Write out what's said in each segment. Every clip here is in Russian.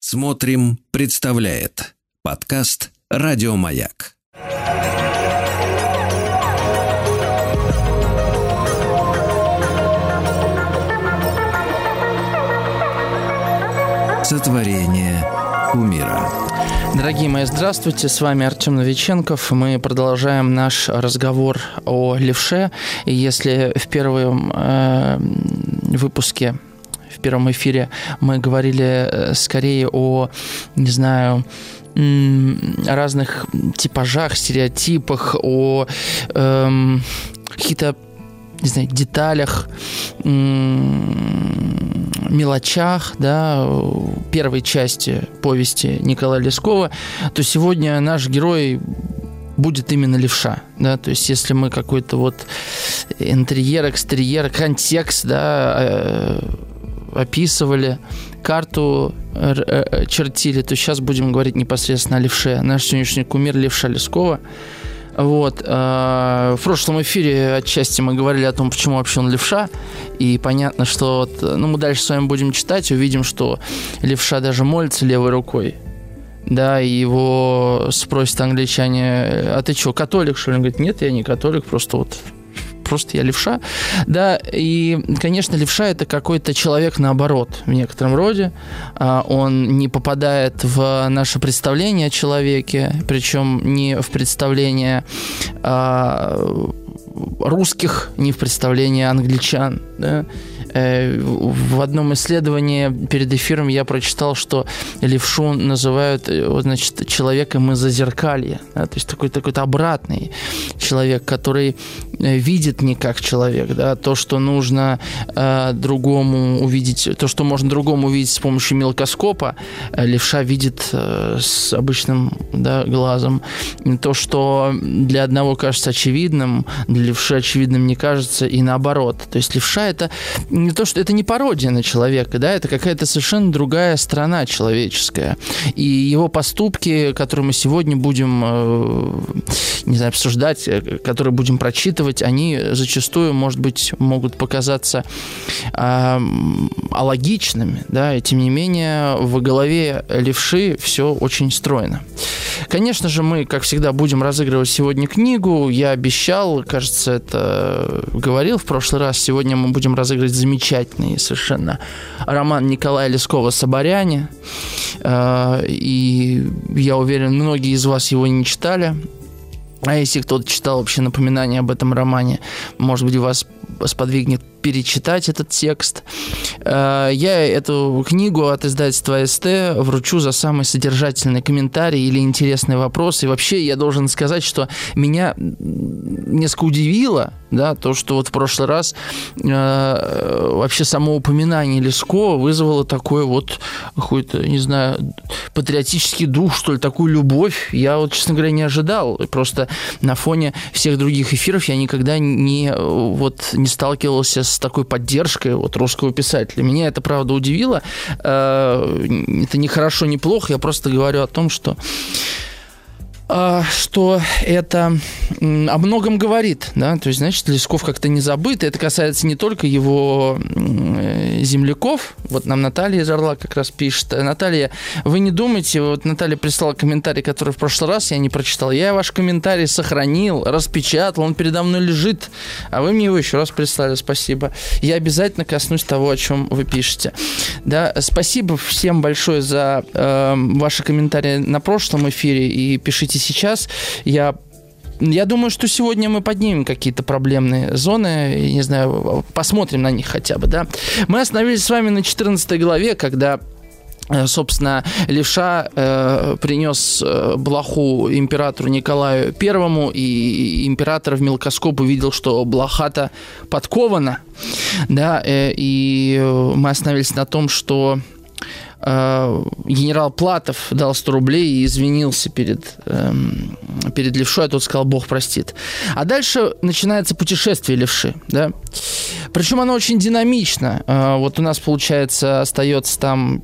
Смотрим, представляет подкаст «Радио Маяк». Сотворение кумира. Дорогие мои, здравствуйте, с вами Артем Новиченков. Мы продолжаем наш разговор о левше. И если в первом выпуске, в первом эфире мы говорили скорее о, не знаю, разных типажах, стереотипах, о каких-то, не знаю, деталях, мелочах, да, первой части повести Николая Лескова, то сегодня наш герой будет именно левша, да, то есть если мы какой-то вот интерьер, экстерьер, контекст, да, описывали, карту чертили, то сейчас будем говорить непосредственно о левше. Наш сегодняшний кумир — левша Лескова. Вот. В прошлом эфире отчасти мы говорили о том, почему вообще он левша, и понятно, что вот, мы дальше с вами будем читать, увидим, что левша даже молится левой рукой, да, и его спросят англичане: а ты что, католик, что ли? Он говорит: нет, я не католик, просто я левша, да, и, конечно, левша — это какой-то человек наоборот в некотором роде, он не попадает в наше представление о человеке, причем не в представление русских, не в представление англичан, да. В одном исследовании перед эфиром я прочитал, что левшу называют, значит, человеком из зазеркалья, да, то есть такой-то обратный человек, который видит не как человек, да, то, что нужно другому увидеть, то, что можно другому увидеть с помощью мелкоскопа, левша видит с обычным, да, глазом. То, что для одного кажется очевидным, для левши очевидным не кажется, и наоборот. То есть левша — это не то, что это не пародия на человека, да, это какая-то совершенно другая сторона человеческая. И его поступки, которые мы сегодня будем, не знаю, обсуждать, которые будем прочитывать, они зачастую, может быть, могут показаться алогичными, да, и тем не менее в голове левши все очень стройно. Конечно же, мы, как всегда, будем разыгрывать сегодня книгу. Я обещал, кажется, это говорил в прошлый раз. Сегодня мы будем разыгрывать замечательный совершенно роман Николая Лескова «Соборяне». И я уверен, многие из вас его не читали. А если кто-то читал, вообще напоминание об этом романе, может быть, вас сподвигнет перечитать этот текст. Я эту книгу от издательства СТ вручу за самый содержательный комментарий или интересный вопрос. И вообще я должен сказать, что меня несколько удивило, да, то, что вот в прошлый раз вообще само упоминание Лескова вызвало такой вот какой-то, не знаю, патриотический дух, что ли, такую любовь. Я вот, честно говоря, не ожидал. Просто на фоне всех других эфиров я никогда не сталкивался с такой поддержкой вот русского писателя. Меня это, правда, удивило. Это не хорошо, не плохо. Я просто говорю о том, что это о многом говорит, да, то есть, значит, Лесков как-то не забыт, и это касается не только его земляков. Вот нам Наталья из Орла как раз пишет: Наталья, вы не думайте, вот Наталья прислала комментарий, который в прошлый раз я не прочитал, я ваш комментарий сохранил, распечатал, он передо мной лежит, а вы мне его еще раз прислали, спасибо. Я обязательно коснусь того, о чем вы пишете. Да, спасибо всем большое за ваши комментарии на прошлом эфире, и пишите сейчас. Я думаю, что сегодня мы поднимем какие-то проблемные зоны, не знаю, посмотрим на них хотя бы, да. Мы остановились с вами на 14 главе, когда, собственно, левша принес блоху императору Николаю Первому, и император в мелкоскоп увидел, что блоха-то подкована, да, и мы остановились на том, что генерал Платов дал 100 рублей и извинился перед левшой, а тот сказал: Бог простит. А дальше начинается путешествие левши, да? Причем оно очень динамично. Вот у нас, получается, остается там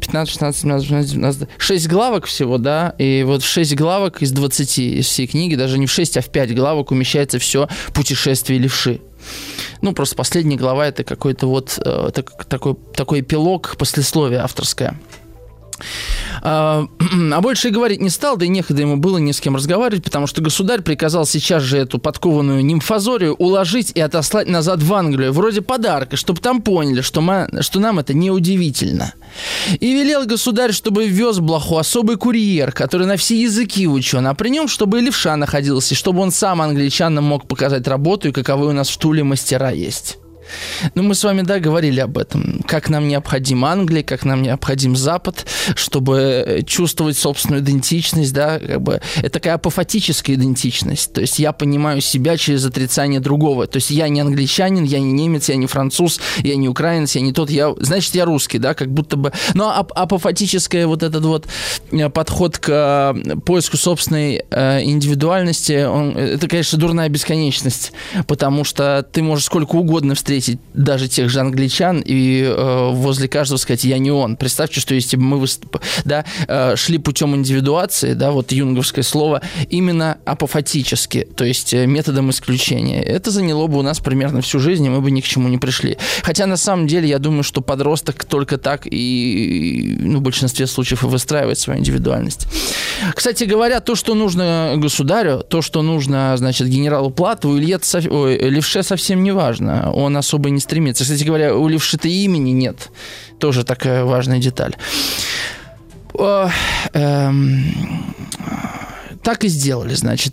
6 главок всего, да, и вот 6 главок из 20 из всей книги, даже не в 6, а в 5 главок умещается все путешествие левши. Ну, просто последняя глава — это какой-то вот такой эпилог, послесловие авторское. А больше и говорить не стал, да и некогда ему было ни с кем разговаривать, потому что государь приказал сейчас же эту подкованную нимфазорию уложить и отослать назад в Англию, вроде подарка, чтобы там поняли, что нам это не удивительно. И велел государь, чтобы вез блоху особый курьер, который на все языки учен, а при нем, чтобы и левша находился, чтобы он сам англичанам мог показать работу и каковы у нас в Туле мастера есть. Ну, мы с вами, да, говорили об этом. Как нам необходима Англия, как нам необходим Запад, чтобы чувствовать собственную идентичность, да, как бы это такая апофатическая идентичность. То есть я понимаю себя через отрицание другого. То есть я не англичанин, я не немец, я не француз, я не украинец, я не тот, значит, я русский, да, как будто бы... Но апофатическая вот этот вот подход к поиску собственной индивидуальности, это, конечно, дурная бесконечность, потому что ты можешь сколько угодно встретить даже тех же англичан и возле каждого сказать «я не он». Представьте, что если бы мы шли путем индивидуации, да, вот юнговское слово, именно апофатически, то есть методом исключения, это заняло бы у нас примерно всю жизнь, и мы бы ни к чему не пришли. Хотя на самом деле я думаю, что подросток только так и в большинстве случаев и выстраивает свою индивидуальность. Кстати говоря, то, что нужно государю, то, что нужно, значит, генералу Платову, левше совсем не важно. Он особо не стремится. Кстати говоря, у левши-то имени нет. Тоже такая важная деталь. Так и сделали, значит.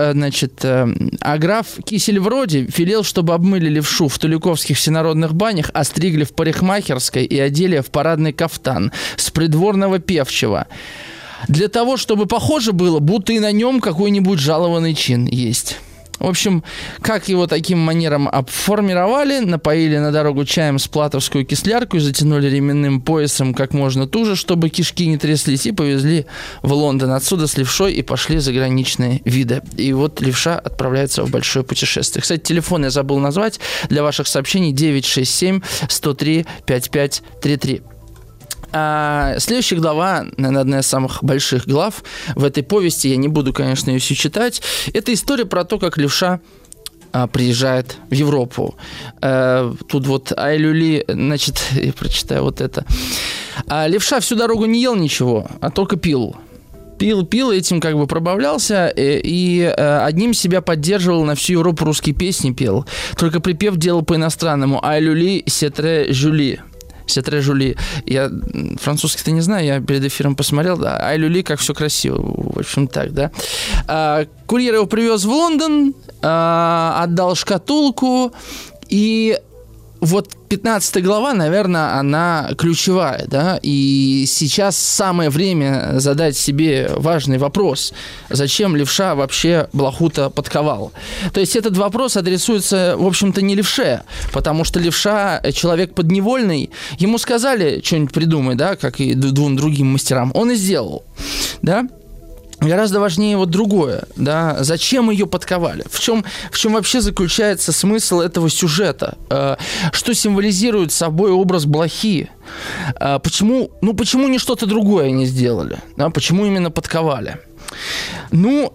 А граф Кисель вроде велел, чтобы обмыли левшу в туликовских всенародных банях, остригли в парикмахерской и одели в парадный кафтан с придворного певчего. Для того, чтобы похоже было, будто и на нем какой-нибудь жалованный чин есть. В общем, как его таким манером обформировали, напоили на дорогу чаем с платовскую кислярку и затянули ременным поясом как можно туже, чтобы кишки не тряслись, и повезли в Лондон. Отсюда с левшой и пошли заграничные виды. И вот левша отправляется в большое путешествие. Кстати, телефон я забыл назвать для ваших сообщений: 967-103-5533. Следующая глава, наверное, одна из самых больших глав в этой повести, я не буду, конечно, ее всю читать, это история про то, как левша приезжает в Европу. Тут вот Ай-Люли, значит, я прочитаю вот это. Левша всю дорогу не ел ничего, а только пил. Пил, этим как бы пробавлялся, и одним себя поддерживал, на всю Европу русские песни пел. Только припев делал по-иностранному: «Ай-Люли, сетре жюли». Сетре жюли. Я французский-то не знаю, я перед эфиром посмотрел, да. Ай-люли, как все красиво. В общем, так, да. Курьер его привез в Лондон, отдал шкатулку, и вот 15 глава, наверное, она ключевая, да, и сейчас самое время задать себе важный вопрос: зачем левша вообще блоху-то подковал? То есть этот вопрос адресуется, в общем-то, не левше, потому что левша человек подневольный, ему сказали что-нибудь придумай, да, как и двум другим мастерам, он и сделал, да. Гораздо важнее вот другое, да, зачем ее подковали, в чем вообще заключается смысл этого сюжета, что символизирует собой образ блохи, почему не что-то другое они сделали, да? Почему именно подковали. Вот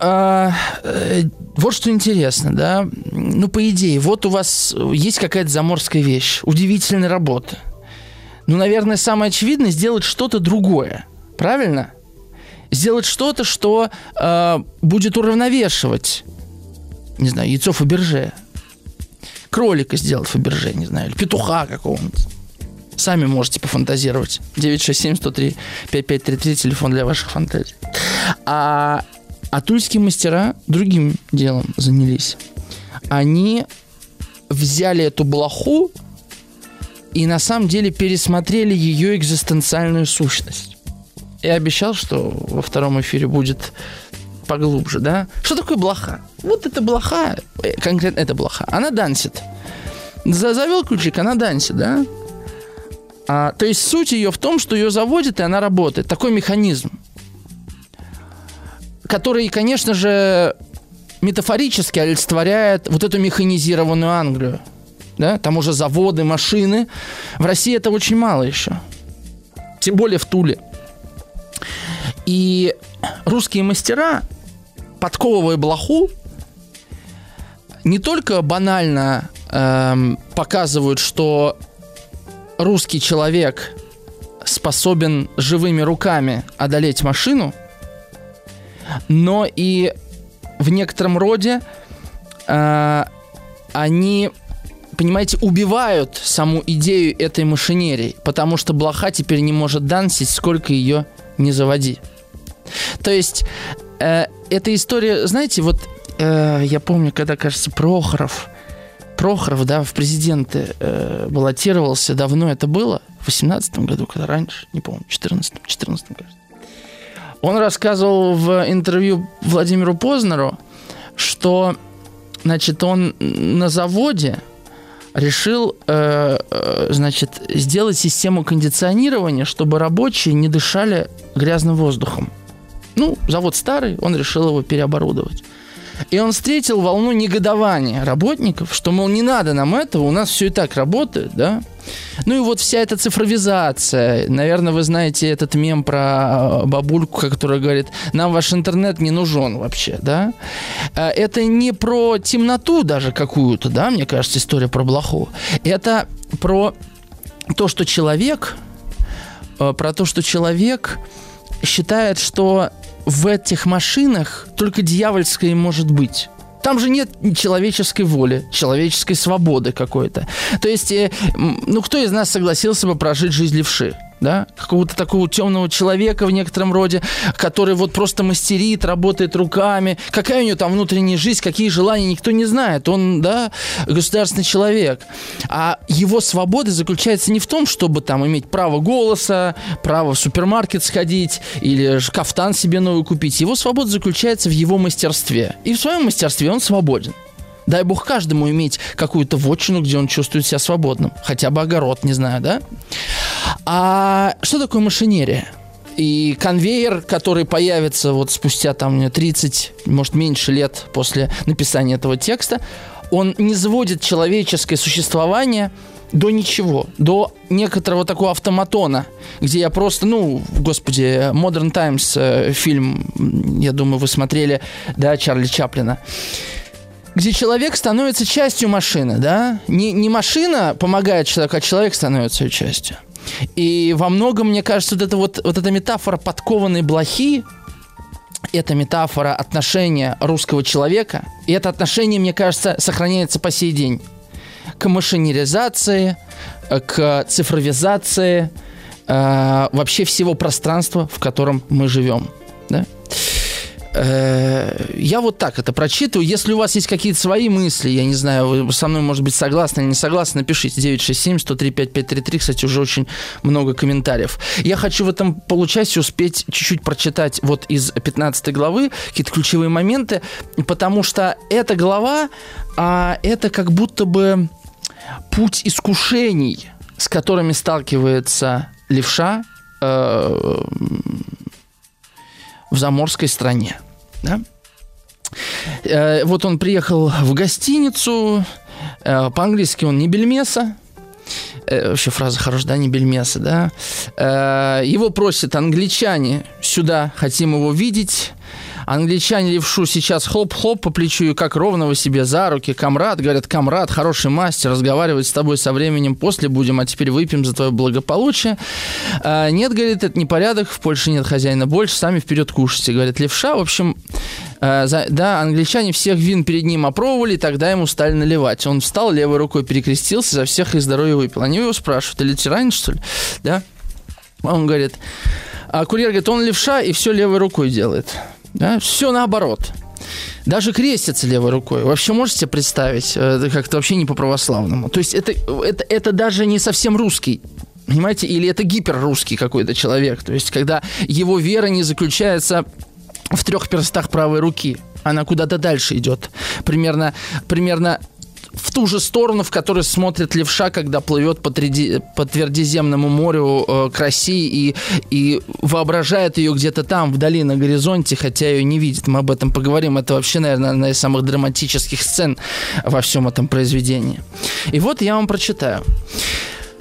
что интересно, да, по идее, вот у вас есть какая-то заморская вещь, удивительная работа, наверное, самое очевидное — сделать что-то другое, правильно? Сделать что-то, что будет уравновешивать, не знаю, яйцо Фаберже. Кролика сделать Фаберже, не знаю, или петуха какого-нибудь. Сами можете пофантазировать. 967-103-5533, телефон для ваших фантазий. А тульские мастера другим делом занялись. Они взяли эту блоху и на самом деле пересмотрели ее экзистенциальную сущность. Я обещал, что во втором эфире будет поглубже, да? Что такое блоха? Вот эта блоха, конкретно эта блоха, она дансит. Завел ключик, она дансит, да? То есть суть ее в том, что ее заводит, и она работает. Такой механизм, который, конечно же, метафорически олицетворяет вот эту механизированную Англию. Да? Там уже заводы, машины. В России это очень мало еще. Тем более в Туле. И русские мастера, подковывая блоху, не только банально показывают, что русский человек способен живыми руками одолеть машину, но и в некотором роде они, понимаете, убивают саму идею этой машинерии, потому что блоха теперь не может дансить, сколько ее не заводи. То есть эта история, знаете, вот я помню, когда, кажется, Прохоров, да, в президенты баллотировался, давно это было, в 18-м году, когда раньше, не помню, в 14-м, кажется. Он рассказывал в интервью Владимиру Познеру, что, значит, он на заводе решил, значит, сделать систему кондиционирования, чтобы рабочие не дышали грязным воздухом. Ну, завод старый, он решил его переоборудовать. И он встретил волну негодования работников, что, мол, не надо нам этого, у нас все и так работает, да? Ну и вот вся эта цифровизация. Наверное, вы знаете этот мем про бабульку, которая говорит: нам ваш интернет не нужен вообще, да? Это не про темноту даже какую-то, да, мне кажется, история про блоху. Это про то, что человек считает, что в этих машинах только дьявольское может быть. Там же нет человеческой воли, человеческой свободы какой-то. То есть, ну, кто из нас согласился бы прожить жизнь левши? Да? Какого-то такого темного человека в некотором роде, который вот просто мастерит, работает руками. Какая у него там внутренняя жизнь, какие желания, никто не знает. Он, да, государственный человек. А его свобода заключается не в том, чтобы там иметь право голоса, право в супермаркет сходить или кафтан себе новый купить. Его свобода заключается в его мастерстве. И в своем мастерстве он свободен. Дай бог каждому иметь какую-то вотчину, где он чувствует себя свободным. Хотя бы огород, не знаю, да? А что такое машинерия? И конвейер, который появится вот спустя там 30, может, меньше лет после написания этого текста, он не сводит человеческое существование до ничего, до некоторого такого автоматона, где я просто, господи, Modern Times, фильм, я думаю, вы смотрели, да, Чарли Чаплина, где человек становится частью машины, да? Не машина помогает человеку, а человек становится ее частью. И во многом, мне кажется, вот эта метафора подкованной блохи, это метафора отношения русского человека, и это отношение, мне кажется, сохраняется по сей день. К машинеризации, к цифровизации, вообще всего пространства, в котором мы живем, да? Я вот так это прочитываю. Если у вас есть какие-то свои мысли, я не знаю, вы со мной, может быть, согласны или не согласны, напишите. 967-103-5533. Кстати, уже очень много комментариев. Я хочу в этом получасе успеть чуть-чуть прочитать вот из 15 главы какие-то ключевые моменты, потому что эта глава, это как будто бы путь искушений, с которыми сталкивается левша в заморской стране. Да? Вот он приехал в гостиницу, по-английски он не бельмеса, вообще фраза хорошая, да, не бельмеса, да. Его просят англичане сюда, хотим его видеть. Англичане левшу сейчас хлоп-хлоп по плечу и как ровного себе за руки. Камрад, говорят, камрад, хороший мастер, разговаривать с тобой со временем после будем, а теперь выпьем за твое благополучие. Нет, говорит, это непорядок, в Польше нет хозяина больше, сами вперед кушайте, говорит левша. В общем, да, англичане всех вин перед ним опробовали, и тогда ему стали наливать. Он встал, левой рукой перекрестился, за всех их здоровье выпил. Они его спрашивают, ты лютеранец, что ли? Да? Он говорит, а курьер говорит, он левша и все левой рукой делает. Да? Все наоборот. Даже крестится левой рукой. Вообще можете себе представить? Это как-то вообще не по-православному. То есть это даже не совсем русский. Понимаете? Или это гиперрусский какой-то человек. То есть когда его вера не заключается в 3 перстах правой руки. Она куда-то дальше идет. Примерно в ту же сторону, в которую смотрит левша, когда плывет по Твердиземному морю к России и воображает ее где-то там, вдали, на горизонте, хотя ее не видит. Мы об этом поговорим. Это вообще, наверное, одна из самых драматических сцен во всем этом произведении. И вот я вам прочитаю.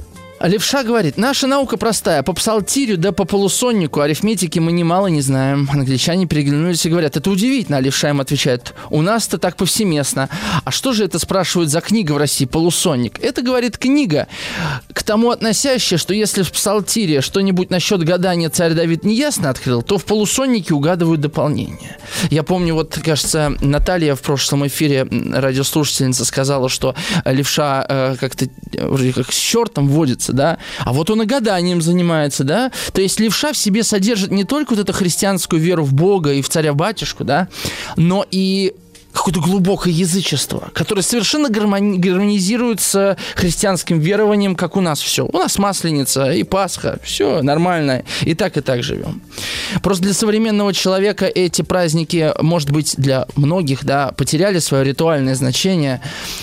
Левша говорит, наша наука простая. По псалтирю да по полусоннику арифметики мы немало не знаем. Англичане переглянулись и говорят, это удивительно. А Левша им отвечает, у нас-то так повсеместно. А что же это, спрашивают, за книга в России полусонник? Это, говорит, книга, к тому относящая, что если в псалтире что-нибудь насчет гадания царь Давид неясно открыл, то в полусоннике угадывают дополнение. Я помню, вот, кажется, Наталья в прошлом эфире, радиослушательница, сказала, что Левша как-то вроде как с чертом водится, да, а вот он и гаданием занимается, да, то есть Левша в себе содержит не только вот эту христианскую веру в Бога и в царя-батюшку, да, но и какое-то глубокое язычество, которое совершенно гармонизирует с христианским верованием, как у нас все. У нас Масленица и Пасха, все нормально, и так живем. Просто для современного человека эти праздники, может быть, для многих, да, потеряли свое ритуальное значение,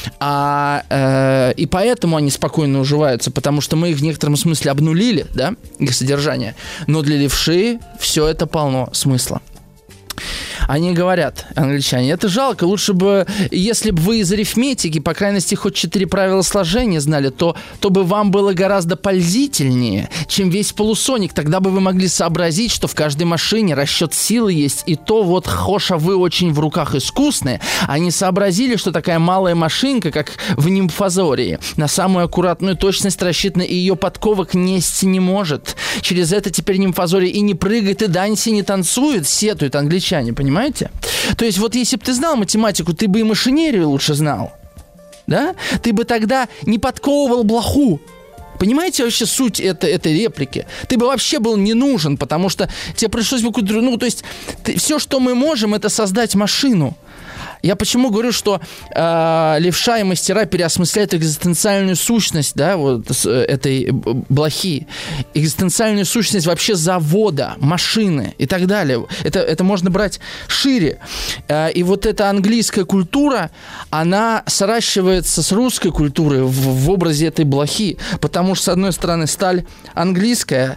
и поэтому они спокойно уживаются, потому что мы их в некотором смысле обнулили, да, их содержание. Но для левши все это полно смысла. Они говорят, англичане, это жалко, лучше бы, если бы вы из арифметики, по крайней мере, хоть 4 правила сложения знали, то бы вам было гораздо пользительнее, чем весь полусоник. Тогда бы вы могли сообразить, что в каждой машине расчет силы есть, и то вот, хоша, вы очень в руках искусные, они сообразили, что такая малая машинка, как в нимфазории, на самую аккуратную точность рассчитана, и ее подковок нести не может. Через это теперь нимфазория и не прыгает, и данси не танцует, сетуют англичане, понимаете? То есть вот если бы ты знал математику, ты бы и машинерию лучше знал, да? Ты бы тогда не подковывал блоху. Понимаете вообще суть этой реплики? Ты бы вообще был не нужен, потому что тебе пришлось бы... Ну, то есть все, что мы можем, это создать машину. Я почему говорю, что левша и мастера переосмысляют экзистенциальную сущность, да, вот этой блохи, экзистенциальную сущность вообще завода, машины и так далее. Это можно брать шире. И вот эта английская культура, она сращивается с русской культурой в образе этой блохи, потому что, с одной стороны, сталь английская,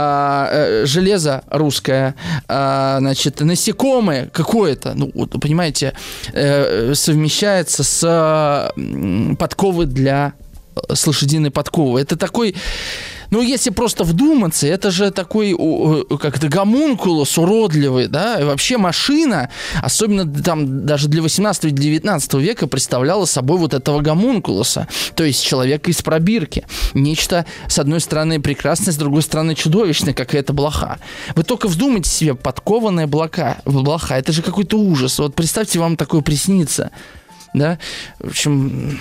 железо русское, значит, насекомое какое-то, ну, вот, понимаете, совмещается с подковой с лошадиной подковой. Это такой, ну, если просто вдуматься, это же такой, как-то гомункулус уродливый, да, и вообще машина, особенно там даже для 18-19 века, представляла собой вот этого гомункулуса, то есть человека из пробирки. Нечто, с одной стороны, прекрасное, с другой стороны, чудовищное, какая-то блоха. Вы только вдумайте себе, подкованная блоха, это же какой-то ужас. Вот представьте, вам такое приснится, да, в общем...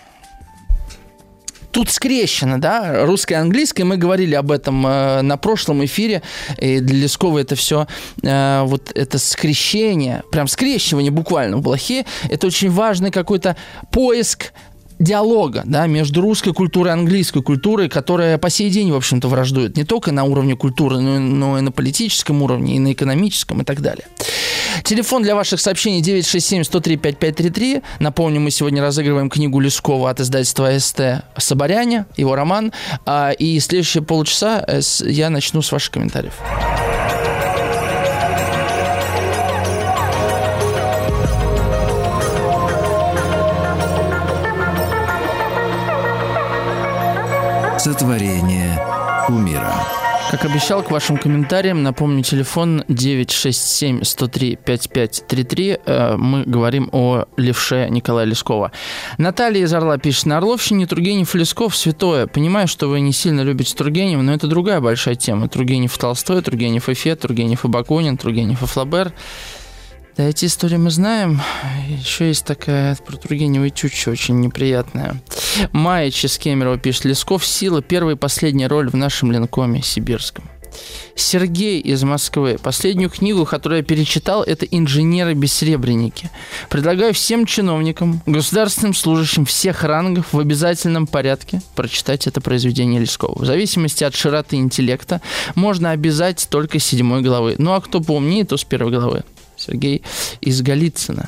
Тут скрещено, да, русское и английское, мы говорили об этом на прошлом эфире, и для Лескова это все, вот это скрещение, прям скрещивание буквально в блохе, это очень важный какой-то поиск диалога, да, между русской культурой и английской культурой, которая по сей день, в общем-то, враждует не только на уровне культуры, но и на политическом уровне, и на экономическом, и так далее. Телефон для ваших сообщений 967-103-5533. Напомню, мы сегодня разыгрываем книгу Лескова от издательства СТ «Соборяне», его роман. И следующие полчаса я начну с ваших комментариев. Сотворение кумира. Как обещал, к вашим комментариям, напомню, телефон 967-103-5533. Мы говорим о левше Николая Лескова. Наталья из Орла пишет: на Орловщине Тургенев и Лесков святое. Понимаю, что вы не сильно любите Тургенева, но это другая большая тема. Тургенев и Толстой, Тургенев и Фет, Тургенев и Бакунин, Тургенев и Флабер. Да, эти истории мы знаем. Еще есть такая про Тургенева и Чуччо, очень неприятная. Маич из Кемерово пишет: Лесков — сила, первая и последняя роль в нашем Ленкоме сибирском. Сергей из Москвы. Последнюю книгу, которую я перечитал, это «Инженеры-бессребреники». Предлагаю всем чиновникам, государственным служащим всех рангов в обязательном порядке прочитать это произведение Лескова. В зависимости от широты интеллекта можно обязать только с 7 главы. Ну а кто поумнее, то с 1 главы. Сергей из Голицына.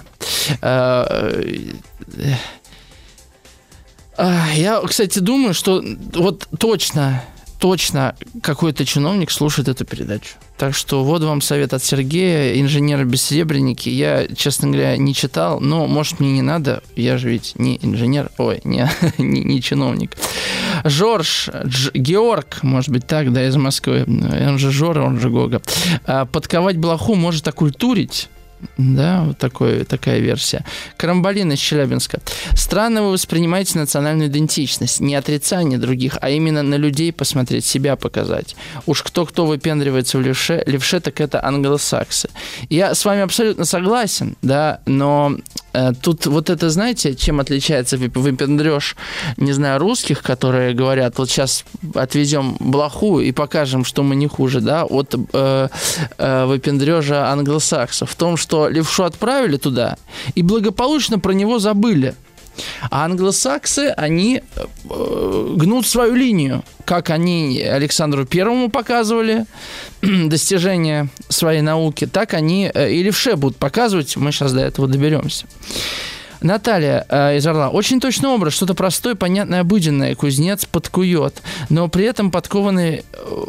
Я, кстати, думаю, что вот точно какой-то чиновник слушает эту передачу. Так что вот вам совет от Сергея, «Инженеры-бессребреники». Я, честно говоря, не читал, но, может, мне не надо. Я же ведь не инженер, не чиновник. Георг, может быть так, да, из Москвы. Он же Жора, он же Гога. Подковать блоху может окультурить. Да, вот такая версия. Карамбалин из Челябинска. Странно вы воспринимаете национальную идентичность. Не отрицание других, а именно на людей посмотреть, себя показать. Уж кто выпендривается в левше, так это англосаксы. Я с вами абсолютно согласен, да, но тут вот это, знаете, чем отличается выпендрёж, не знаю, русских, которые говорят, вот сейчас отвезем блоху и покажем, что мы не хуже, да, от выпендрёжа англосаксов. В том, что левшу отправили туда и благополучно про него забыли. А англосаксы, они гнут свою линию. Как они Александру Первому показывали достижения своей науки, так они и левше будут показывать. Мы сейчас до этого доберемся. Наталья из Орла. Очень точный образ. Что-то простое, понятное, обыденное. Кузнец подкует. Но при этом подкованный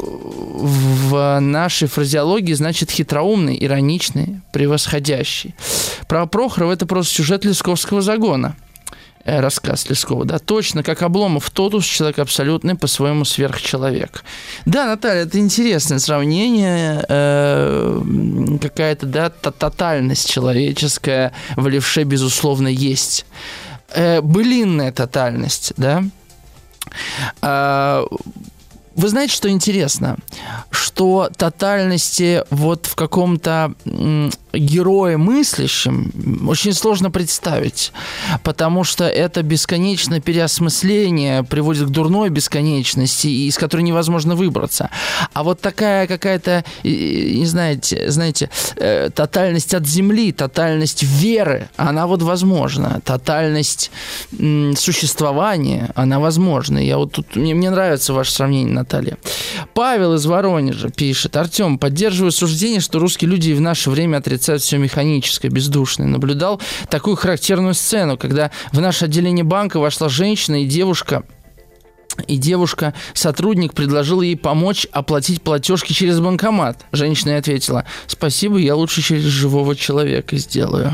в нашей фразеологии значит хитроумный, ироничный, превосходящий. Про Прохорова это просто сюжет Лесковского загона. Рассказ Лескова, да, точно, как Обломов, Тотус, человек абсолютный, по-своему сверхчеловек. Да, Наталья, это интересное сравнение, какая-то, да, тотальность человеческая в левше, безусловно, есть. Былинная тотальность, да. Вы знаете, что интересно? Что тотальности вот в каком-то герое мыслящем очень сложно представить, потому что это бесконечное переосмысление приводит к дурной бесконечности, из которой невозможно выбраться. А вот такая какая-то, не знаете, тотальность от земли, тотальность веры, она вот возможна. Тотальность существования, она возможна. Я вот тут, мне нравится ваше сравнение, Наталья. Павел из Воронежа пишет: Артем, поддерживаю суждение, что русские люди в наше время отрицают все механическое, бездушное. Наблюдал такую характерную сцену, когда в наше отделение банка вошла женщина и девушка, сотрудник предложил ей помочь оплатить платежки через банкомат. Женщина ей ответила: спасибо, я лучше через живого человека сделаю.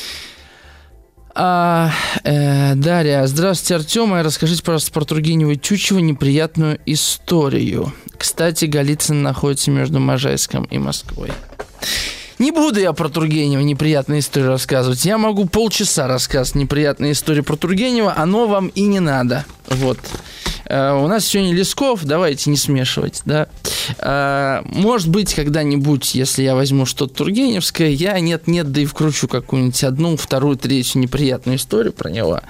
Дарья. Здравствуйте, Артем. Расскажите, пожалуйста, про Тургенева и Тютчева неприятную историю. Кстати, Голицын находится между Можайском и Москвой. Не буду я про Тургенева неприятные истории рассказывать. Я могу полчаса рассказывать неприятные истории про Тургенева. Оно вам и не надо. Вот. У нас сегодня Лесков, давайте не смешивать, да. Может быть, когда-нибудь, если я возьму что-то тургеневское, я нет-нет, да и вкручу какую-нибудь одну, вторую, третью неприятную историю про него.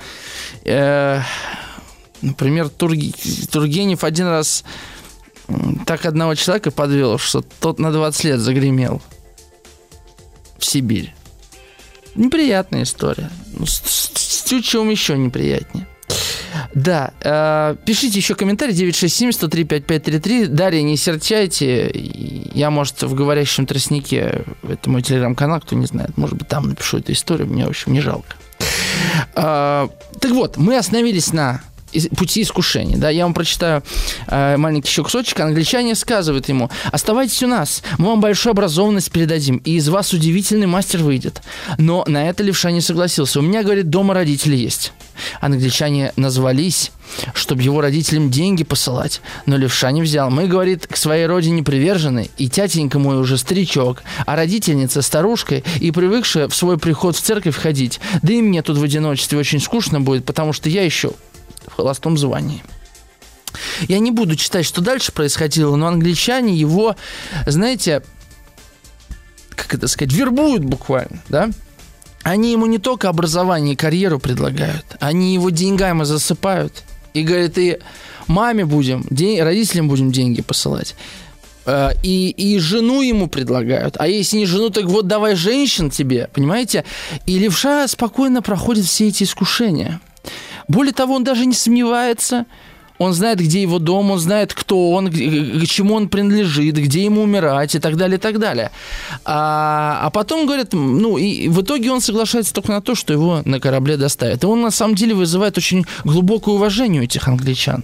Например, Тургенев один раз так одного человека подвел, что тот на 20 лет загремел в Сибирь. Неприятная история. С Тютчевым еще неприятнее. Да, пишите еще комментарий 967-103-5533. Дарья, не серчайте. Я, может, в «Говорящем тростнике», это мой телеграм-канал, кто не знает, может быть, там напишу эту историю, мне, в общем, не жалко. Так вот, мы остановились на пути искушения. Да, я вам прочитаю маленький еще кусочек. Англичане сказывают ему: оставайтесь у нас, мы вам большую образованность передадим, и из вас удивительный мастер выйдет. Но на это левша не согласился. У меня, говорит, дома родители есть. Англичане назвались, чтобы его родителям деньги посылать, но левша не взял. Мы, говорит, к своей родине привержены, и тятенька мой уже старичок, а родительница старушка и привыкшая в свой приход в церковь ходить. Да и мне тут в одиночестве очень скучно будет, потому что я еще в холостом звании. Я не буду читать, что дальше происходило, но англичане его, знаете, как это сказать, вербуют буквально, да? Они ему не только образование и карьеру предлагают, они его деньгами засыпают и говорят: и маме будем, родителям будем деньги посылать. И жену ему предлагают. А если не жену, так вот давай женщин тебе, понимаете? И левша спокойно проходит все эти искушения. Более того, он даже не сомневается. Он знает, где его дом, он знает, кто он, к чему он принадлежит, где ему умирать и так далее, и так далее. А потом, говорят, и в итоге он соглашается только на то, что его на корабле доставят. И он, на самом деле, вызывает очень глубокое уважение у этих англичан.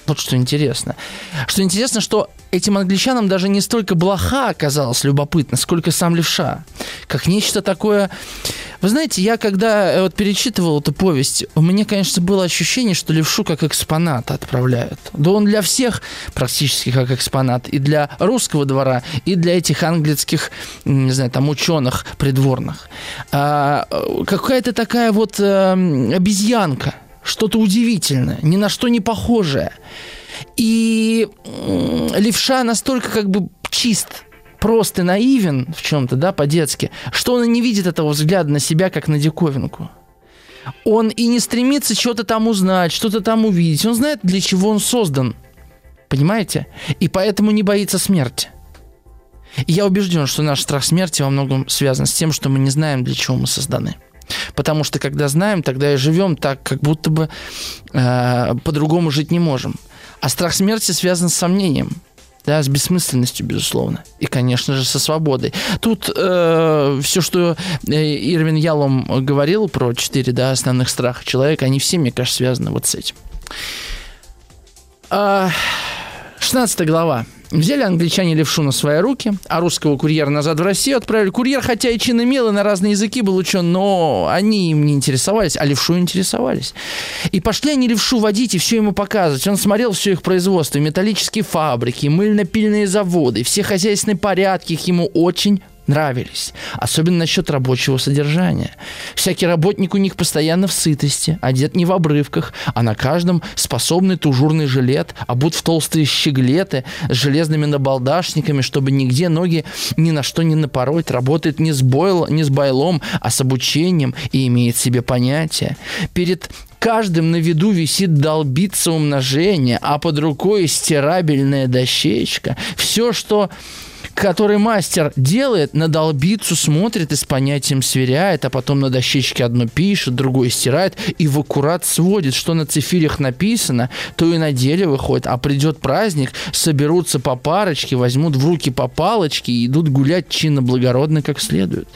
Вот что интересно. Что интересно, что этим англичанам даже не столько блоха оказалось любопытно, сколько сам левша. Как нечто такое... Вы знаете, я когда вот перечитывал эту повесть, у меня, конечно, было ощущение, что левшу как экспонат отправляют. Да он для всех практически как экспонат. И для русского двора, и для этих английских, не знаю, там, ученых придворных. Какая-то такая вот обезьянка. Что-то удивительное, ни на что не похожее. И левша настолько как бы чист, прост и наивен в чем-то, да, по-детски, что он и не видит этого взгляда на себя, как на диковинку. Он и не стремится что-то там узнать, что-то там увидеть. Он знает, для чего он создан. Понимаете? И поэтому не боится смерти. И я убежден, что наш страх смерти во многом связан с тем, что мы не знаем, для чего мы созданы. Потому что, когда знаем, тогда и живем так, как будто бы по-другому жить не можем. А страх смерти связан с сомнением, да, с бессмысленностью, безусловно. И, конечно же, со свободой. Тут все, что Ирвин Ялом говорил про 4, да, основных страха человека, они все, мне кажется, связаны вот с этим. 16 глава. Взяли англичане левшу на свои руки, а русского курьера назад в Россию отправили. Курьер, хотя и чин имел, и на разные языки был учен, но они им не интересовались, а левшу интересовались. И пошли они левшу водить и все ему показывать. Он смотрел все их производство, металлические фабрики, мыльно-пильные заводы, все хозяйственные порядки их ему очень нравились. Особенно насчет рабочего содержания. Всякий работник у них постоянно в сытости, одет не в обрывках, а на каждом способный тужурный жилет, обут в толстые щеглеты с железными набалдашниками, чтобы нигде ноги ни на что не напороть. Работает не с байлом, а с обучением и имеет себе понятие. Перед каждым на виду висит долбица умножения, а под рукой стирабельная дощечка. Все, что который мастер делает, на долбицу смотрит и с понятием сверяет, а потом на дощечке одно пишет, другое стирает и в аккурат сводит. Что на цифирях написано, то и на деле выходит. А придет праздник, соберутся по парочке, возьмут в руки по палочке и идут гулять чинно-благородно как следует.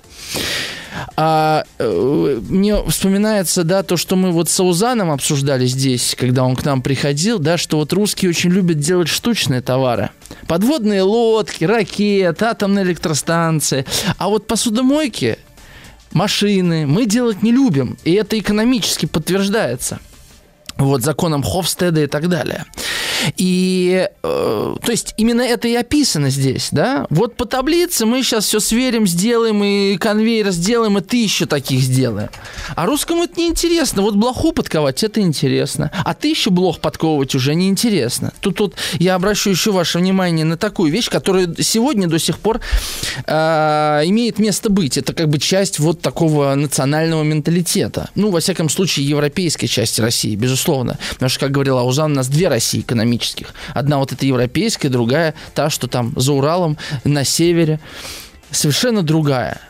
Мне вспоминается, да, то, что мы вот с Аузаном обсуждали здесь, когда он к нам приходил, да, что вот русские очень любят делать штучные товары. Подводные лодки, ракеты, атомные электростанции. А вот посудомойки, машины мы делать не любим. И это экономически подтверждается. Вот законом Ховстеда и так далее. И, то есть, именно это и описано здесь, да? Вот по таблице мы сейчас все сверим, сделаем, и конвейер сделаем, и 1000 таких сделаем. А русскому это неинтересно. Вот блоху подковать – это интересно. А 1000 блох подковывать уже неинтересно. Тут я обращу еще ваше внимание на такую вещь, которая сегодня до сих пор имеет место быть. Это как бы часть вот такого национального менталитета. Ну, во всяком случае, европейской части России, безусловно. Потому что, как говорил Аузан, у нас 2 России экономических. Одна вот эта европейская, другая та, что там за Уралом, на севере. Совершенно другая.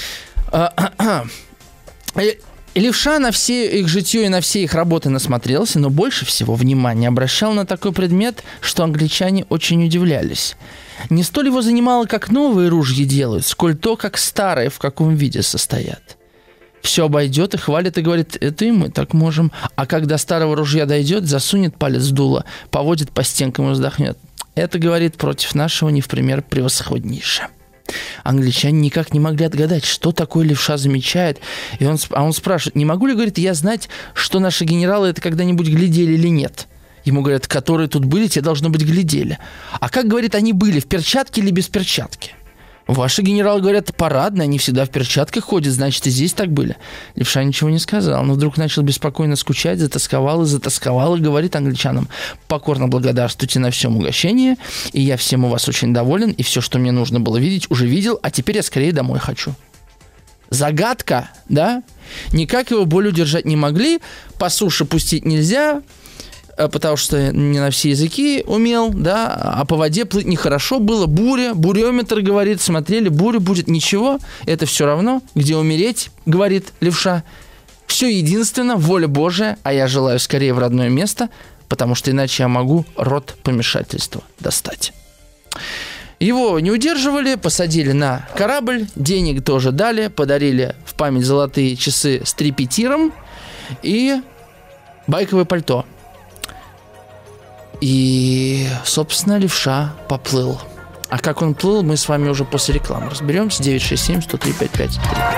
Левша на все их житье и на все их работы насмотрелся, но больше всего внимания обращал на такой предмет, что англичане очень удивлялись. Не столь его занимало, как новые ружья делают, сколь то, как старые в каком виде состоят. Все обойдет и хвалит, и говорит, это и мы так можем. А когда старого ружья дойдет, засунет палец в дуло, поводит по стенкам и вздохнет. Это, говорит, против нашего не в пример превосходнейше. Англичане никак не могли отгадать, что такое левша замечает. И он спрашивает, не могу ли, говорит, я знать, что наши генералы это когда-нибудь глядели или нет? Ему говорят, которые тут были, те, должно быть, глядели. А как, говорит, они были, в перчатке или без перчатки? Ваши генералы, говорят, парадные, они всегда в перчатках ходят, значит, и здесь так были. Левша ничего не сказал, но вдруг начал беспокойно скучать, затасковал и говорит англичанам, покорно благодарствуйте на всем угощении, и я всем у вас очень доволен, и все, что мне нужно было видеть, уже видел, а теперь я скорее домой хочу. Загадка, да? Никак его боль удержать не могли, по суше пустить нельзя, потому что не на все языки умел, да, а по воде плыть нехорошо было, буря, бурёметр говорит, смотрели, буря будет, ничего, это все равно, где умереть, говорит левша, все единственно, воля Божия, а я желаю скорее в родное место, потому что иначе я могу род помешательства достать. Его не удерживали, посадили на корабль, денег тоже дали, подарили в память золотые часы с трепетиром и байковое пальто. И, собственно, левша поплыл. А как он плыл, мы с вами уже после рекламы разберемся. 967-103-5533.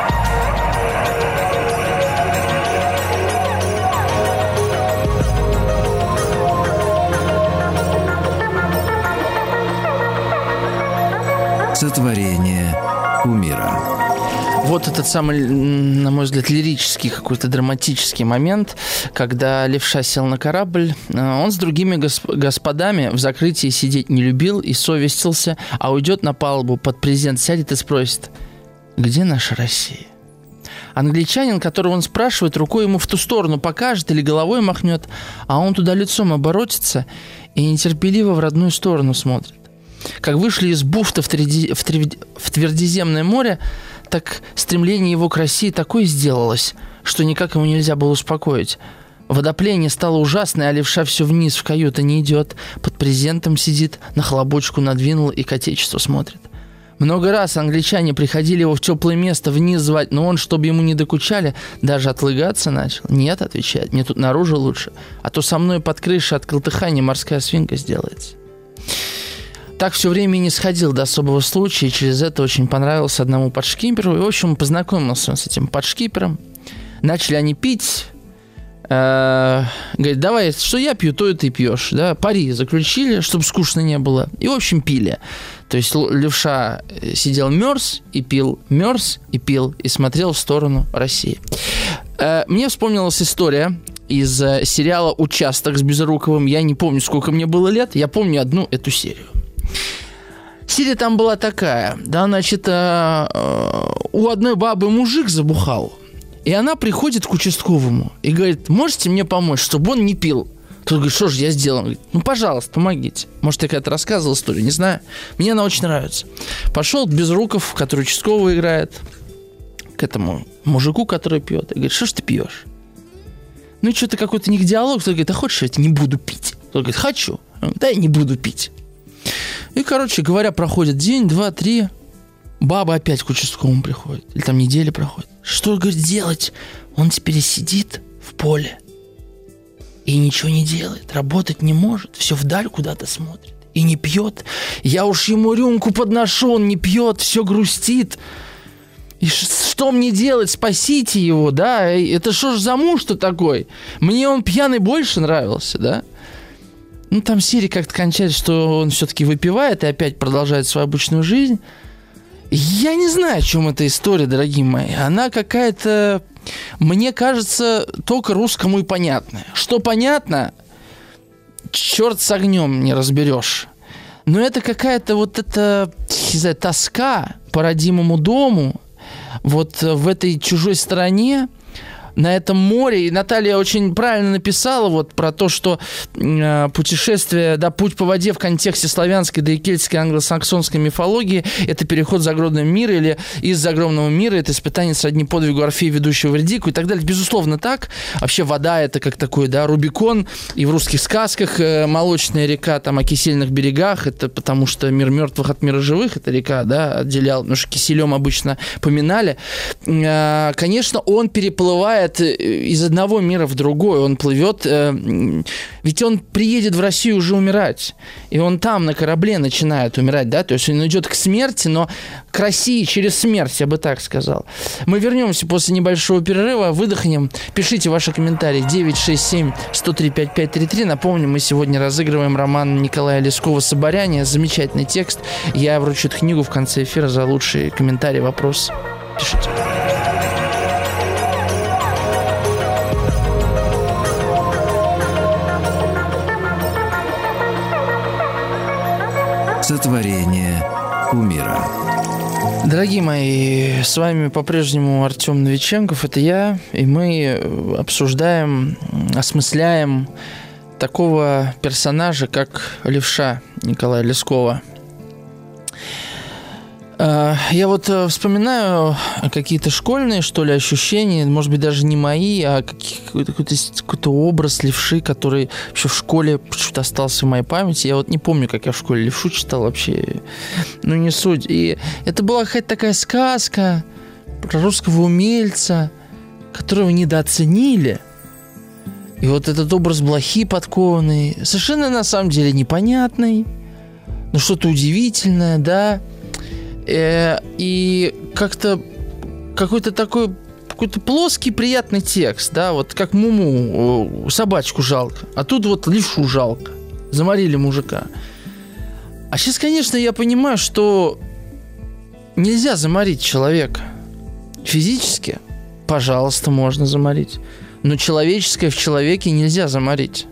Сотворение кумира. Вот этот самый, на мой взгляд, лирический какой-то драматический момент, когда левша сел на корабль. Он с другими господами в закрытии сидеть не любил и совестился, а уйдет на палубу, под презент сядет и спросит: где наша Россия? Англичанин, которого он спрашивает, рукой ему в ту сторону покажет или головой махнет, а он туда лицом оборотится и нетерпеливо в родную сторону смотрит. Как вышли из бухты в Твердиземное море, так стремление его к России такое сделалось, что никак ему нельзя было успокоить. Водопление стало ужасное, а левша все вниз в каюту не идет, под презентом сидит, на хлобучку надвинул и к отечеству смотрит. Много раз англичане приходили его в теплое место вниз звать, но он, чтобы ему не докучали, даже отлыгаться начал. Нет, отвечает, мне тут наружу лучше, а то со мной под крышей от колтыхания морская свинка сделается. Так все время и не сходил до особого случая, и через это очень понравился одному подшкиперу. И, в общем, познакомился он с этим подшкипером. Начали они пить. Говорит, давай, что я пью, то и ты пьешь. Да? Пари заключили, чтобы скучно не было. И, в общем, пили. То есть левша сидел мерз и пил, и смотрел в сторону России. Мне вспомнилась история из сериала «Участок» с Безруковым. Я не помню, сколько мне было лет. Я помню одну эту серию. Серия там была такая, да, значит, у одной бабы мужик забухал, и она приходит к участковому и говорит: можете мне помочь, чтобы он не пил? Тот говорит: что же я сделал? Он говорит: ну, пожалуйста, помогите. Может, я когда-то рассказывал историю, не знаю. Мне она очень нравится. Пошел Безруков, который участкового играет, к этому мужику, который пьет, и говорит: что ж ты пьешь? Ну, что-то какой-то у них диалог. Тот говорит: а хочешь, я не буду пить? Тот говорит: хочу. Он говорит: да, я не буду пить. И, короче говоря, проходит день, два, три. Баба опять к участковому приходит. Или там неделя проходит. Что, говорит, делать? Он теперь сидит в поле и ничего не делает. Работать не может. Все вдаль куда-то смотрит. И не пьет. Я уж ему рюмку подношу, он не пьет. Все грустит. И что мне делать? Спасите его, да? Это что ж за муж-то такой? Мне он пьяный больше нравился, да? Ну, там серия как-то кончается, что он все-таки выпивает и опять продолжает свою обычную жизнь. Я не знаю, о чем эта история, дорогие мои. Она какая-то, мне кажется, только русскому и понятная. Что понятно, черт с огнем не разберешь. Но это какая-то вот эта, не знаю, тоска по родимому дому, вот в этой чужой стране, на этом море. И Наталья очень правильно написала вот про то, что путешествие, да, путь по воде в контексте славянской, да и кельтской, англосаксонской мифологии – это переход в загробный мир, или из загробного мира – это испытание сродни подвигу Орфея, ведущего в Эвридику и так далее. Безусловно, так. Вообще вода – это как такой, да, Рубикон. И в русских сказках молочная река там о кисельных берегах – это потому что мир мертвых от мира живых, эта река, да, отделял, потому что киселем обычно поминали. Конечно, он переплывает из одного мира в другой, он плывет, ведь он приедет в Россию уже умирать, и он там на корабле начинает умирать, да, то есть он идет к смерти, но к России через смерть, я бы так сказал. Мы вернемся после небольшого перерыва, выдохнем, пишите ваши комментарии 967-103-5533, напомню, мы сегодня разыгрываем роман Николая Лескова «Соборяне», замечательный текст, я вручу эту книгу в конце эфира за лучшие комментарии, вопросы, пишите. Сотворение кумира. Дорогие мои, с вами по-прежнему Артем Новиченков, это я, и мы обсуждаем, осмысляем такого персонажа, как левша Николая Лескова. Я вот вспоминаю какие-то школьные, что ли, ощущения, может быть, даже не мои, а какой-то образ левши, который еще в школе почему-то остался в моей памяти. Я вот не помню, как я в школе левшу читал вообще, ну не суть. И это была какая-то такая сказка про русского умельца, которого недооценили. И вот этот образ блохи подкованный, совершенно на самом деле непонятный, но что-то удивительное, да. И как-то какой-то такой, какой-то плоский приятный текст, да, вот как Муму, собачку жалко, а тут вот левшу жалко, заморили мужика. А сейчас, конечно, я понимаю, что нельзя заморить человека. Физически, пожалуйста, можно заморить, но человеческое в человеке нельзя заморить.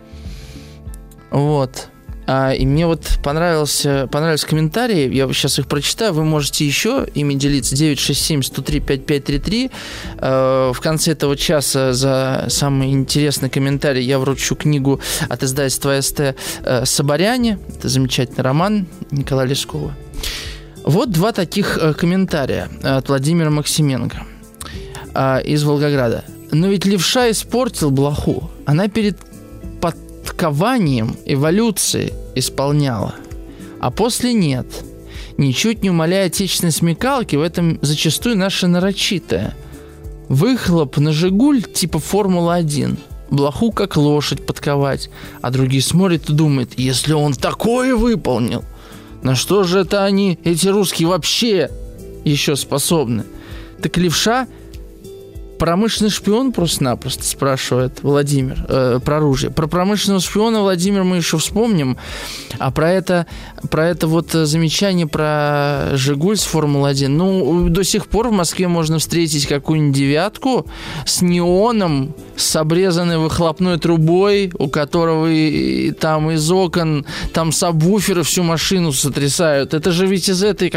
Вот. И мне вот понравились комментарии, я сейчас их прочитаю, вы можете еще ими делиться. 967-103-5533. В конце этого часа за самый интересный комментарий я вручу книгу от издательства СТ «Соборяне». Это замечательный роман Николая Лескова. Вот два таких комментария от Владимира Максименко из Волгограда. Но ведь левша испортил блоху. Она перед подкованием эволюции исполняла, а после нет. Ничуть не умаляя отечественной смекалки, в этом зачастую наше нарочитое. Выхлоп на «Жигуль» типа «Формула-1». Блоху как лошадь подковать. А другие смотрят и думают, если он такое выполнил, на что же это они, эти русские, вообще еще способны? Так левша промышленный шпион просто-напросто, спрашивает Владимир, про оружие. Про промышленного шпиона, Владимир, мы еще вспомним. А про это вот замечание про «Жигуль» с «Формулы-1». Ну, до сих пор в Москве можно встретить какую-нибудь «девятку» с неоном, с обрезанной выхлопной трубой, у которого там из окон, там сабвуферы всю машину сотрясают. Это же ведь из этой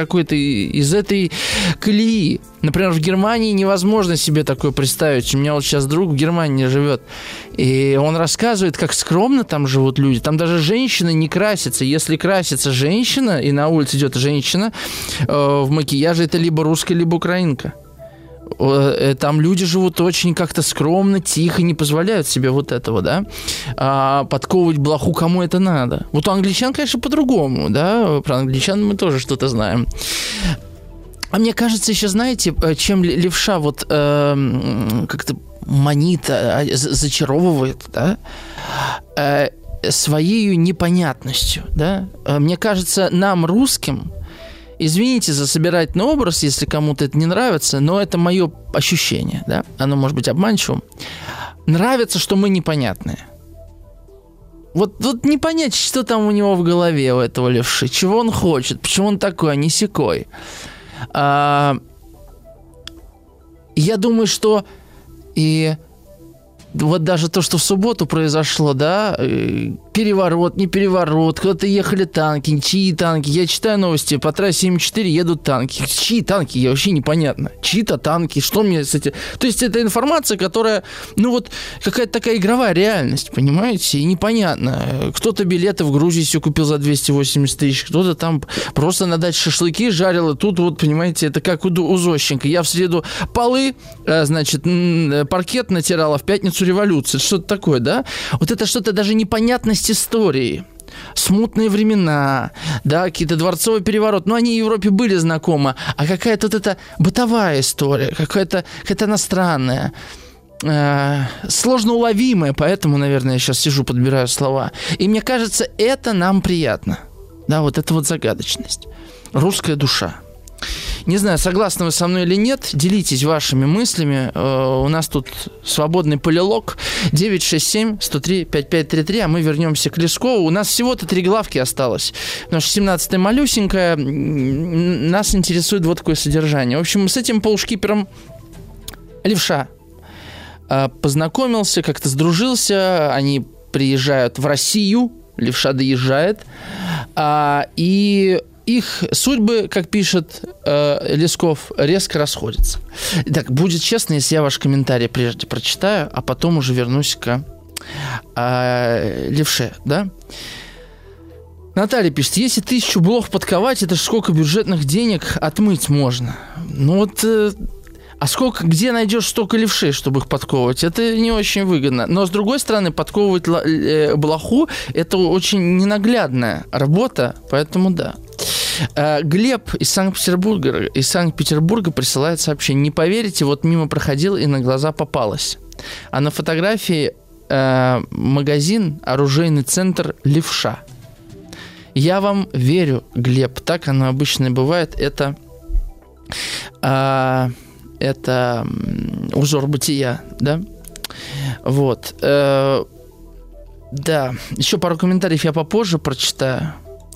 колеи. Например, в Германии невозможно себе такое представить. У меня вот сейчас друг в Германии живет, и он рассказывает, как скромно там живут люди. Там даже женщины не красятся. Если красится женщина, и на улице идет женщина в макияже, это либо русская, либо украинка. Там люди живут очень как-то скромно, тихо, не позволяют себе вот этого, да, подковывать блоху кому это надо. Вот у англичан, конечно, по-другому, да, про англичан мы тоже что-то знаем. А мне кажется, еще, знаете, чем левша вот как-то манит, зачаровывает, да, своей непонятностью, да. Мне кажется, нам, русским, извините за собирательный образ, если кому-то это не нравится, но это мое ощущение, да, оно может быть обманчивым. Нравится, что мы непонятные. Вот не понять, что там у него в голове, у этого левши, чего он хочет, почему он такой, а не сякой. Я думаю, что и вот даже то, что в субботу произошло, да, переворот, не переворот, куда-то ехали танки, чьи танки. Я читаю новости, по трассе М4 едут танки. Чьи танки? Я вообще непонятно. Чьи-то танки, что мне с этим... То есть это информация, которая, ну вот, какая-то такая игровая реальность, понимаете? И непонятно. Кто-то билеты в Грузии себе купил за 280 тысяч, кто-то там просто на даче шашлыки жарил, и тут вот, понимаете, это как у Зощенко. Я в среду полы, значит, паркет натирал, а в пятницу революция. Что-то такое, да? Вот это что-то даже непонятность истории. Смутные времена, да, какие-то дворцовый переворот. Ну, они в Европе были знакомы. А какая-то вот эта бытовая история, какая-то иностранная, сложно уловимая. Поэтому, наверное, я сейчас сижу, подбираю слова. И мне кажется, это нам приятно. Да, вот эта вот загадочность. Русская душа. Не знаю, согласны вы со мной или нет, делитесь вашими мыслями. У нас тут свободный полилог. 967-103-5533, а мы вернемся к Лескову. У нас всего-то 3 главки осталось, потому что 17-я малюсенькая. Нас интересует вот такое содержание. В общем, с этим полшкипером левша познакомился, как-то сдружился. Они приезжают в Россию, левша доезжает, и их судьбы, как пишет Лесков, резко расходятся. Так, будет честно, если я ваш комментарий прежде прочитаю, а потом уже вернусь к левше, да? Наталья пишет, если 1000 блох подковать, это ж сколько бюджетных денег отмыть можно. Ну вот... А где найдешь столько левшей, чтобы их подковывать? Это не очень выгодно. Но, с другой стороны, подковывать блоху – это очень ненаглядная работа, поэтому да. Глеб из Санкт-Петербурга присылает сообщение. Не поверите, вот мимо проходил и на глаза попалась. А на фотографии магазин, оружейный центр «Левша». Я вам верю, Глеб, так оно обычно и бывает. Это узор бытия, да? Вот. Да, еще пару комментариев я попозже прочитаю.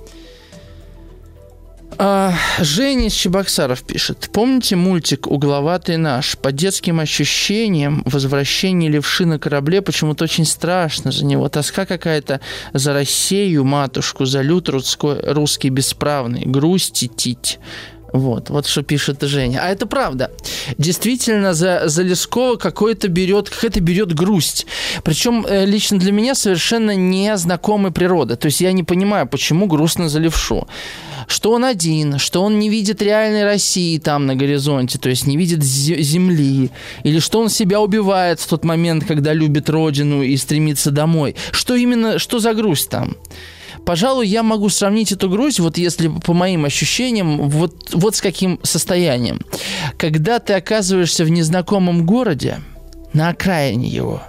Женя из Чебоксаров пишет. Помните мультик «Угловатый наш»? По детским ощущениям возвращение левши на корабле почему-то очень страшно за него. Тоска какая-то за Россию, матушку, за люд русский бесправный, грусть и тить. Вот что пишет Женя. А это правда. Действительно, за Лескова какая-то берет грусть. Причем лично для меня совершенно незнакомой природы. То есть я не понимаю, почему грустно за левшу. Что он один, что он не видит реальной России там на горизонте, то есть не видит земли, или что он себя убивает в тот момент, когда любит родину и стремится домой. Что за грусть там? Пожалуй, я могу сравнить эту грусть, вот если по моим ощущениям, вот с каким состоянием. Когда ты оказываешься в незнакомом городе, на окраине его,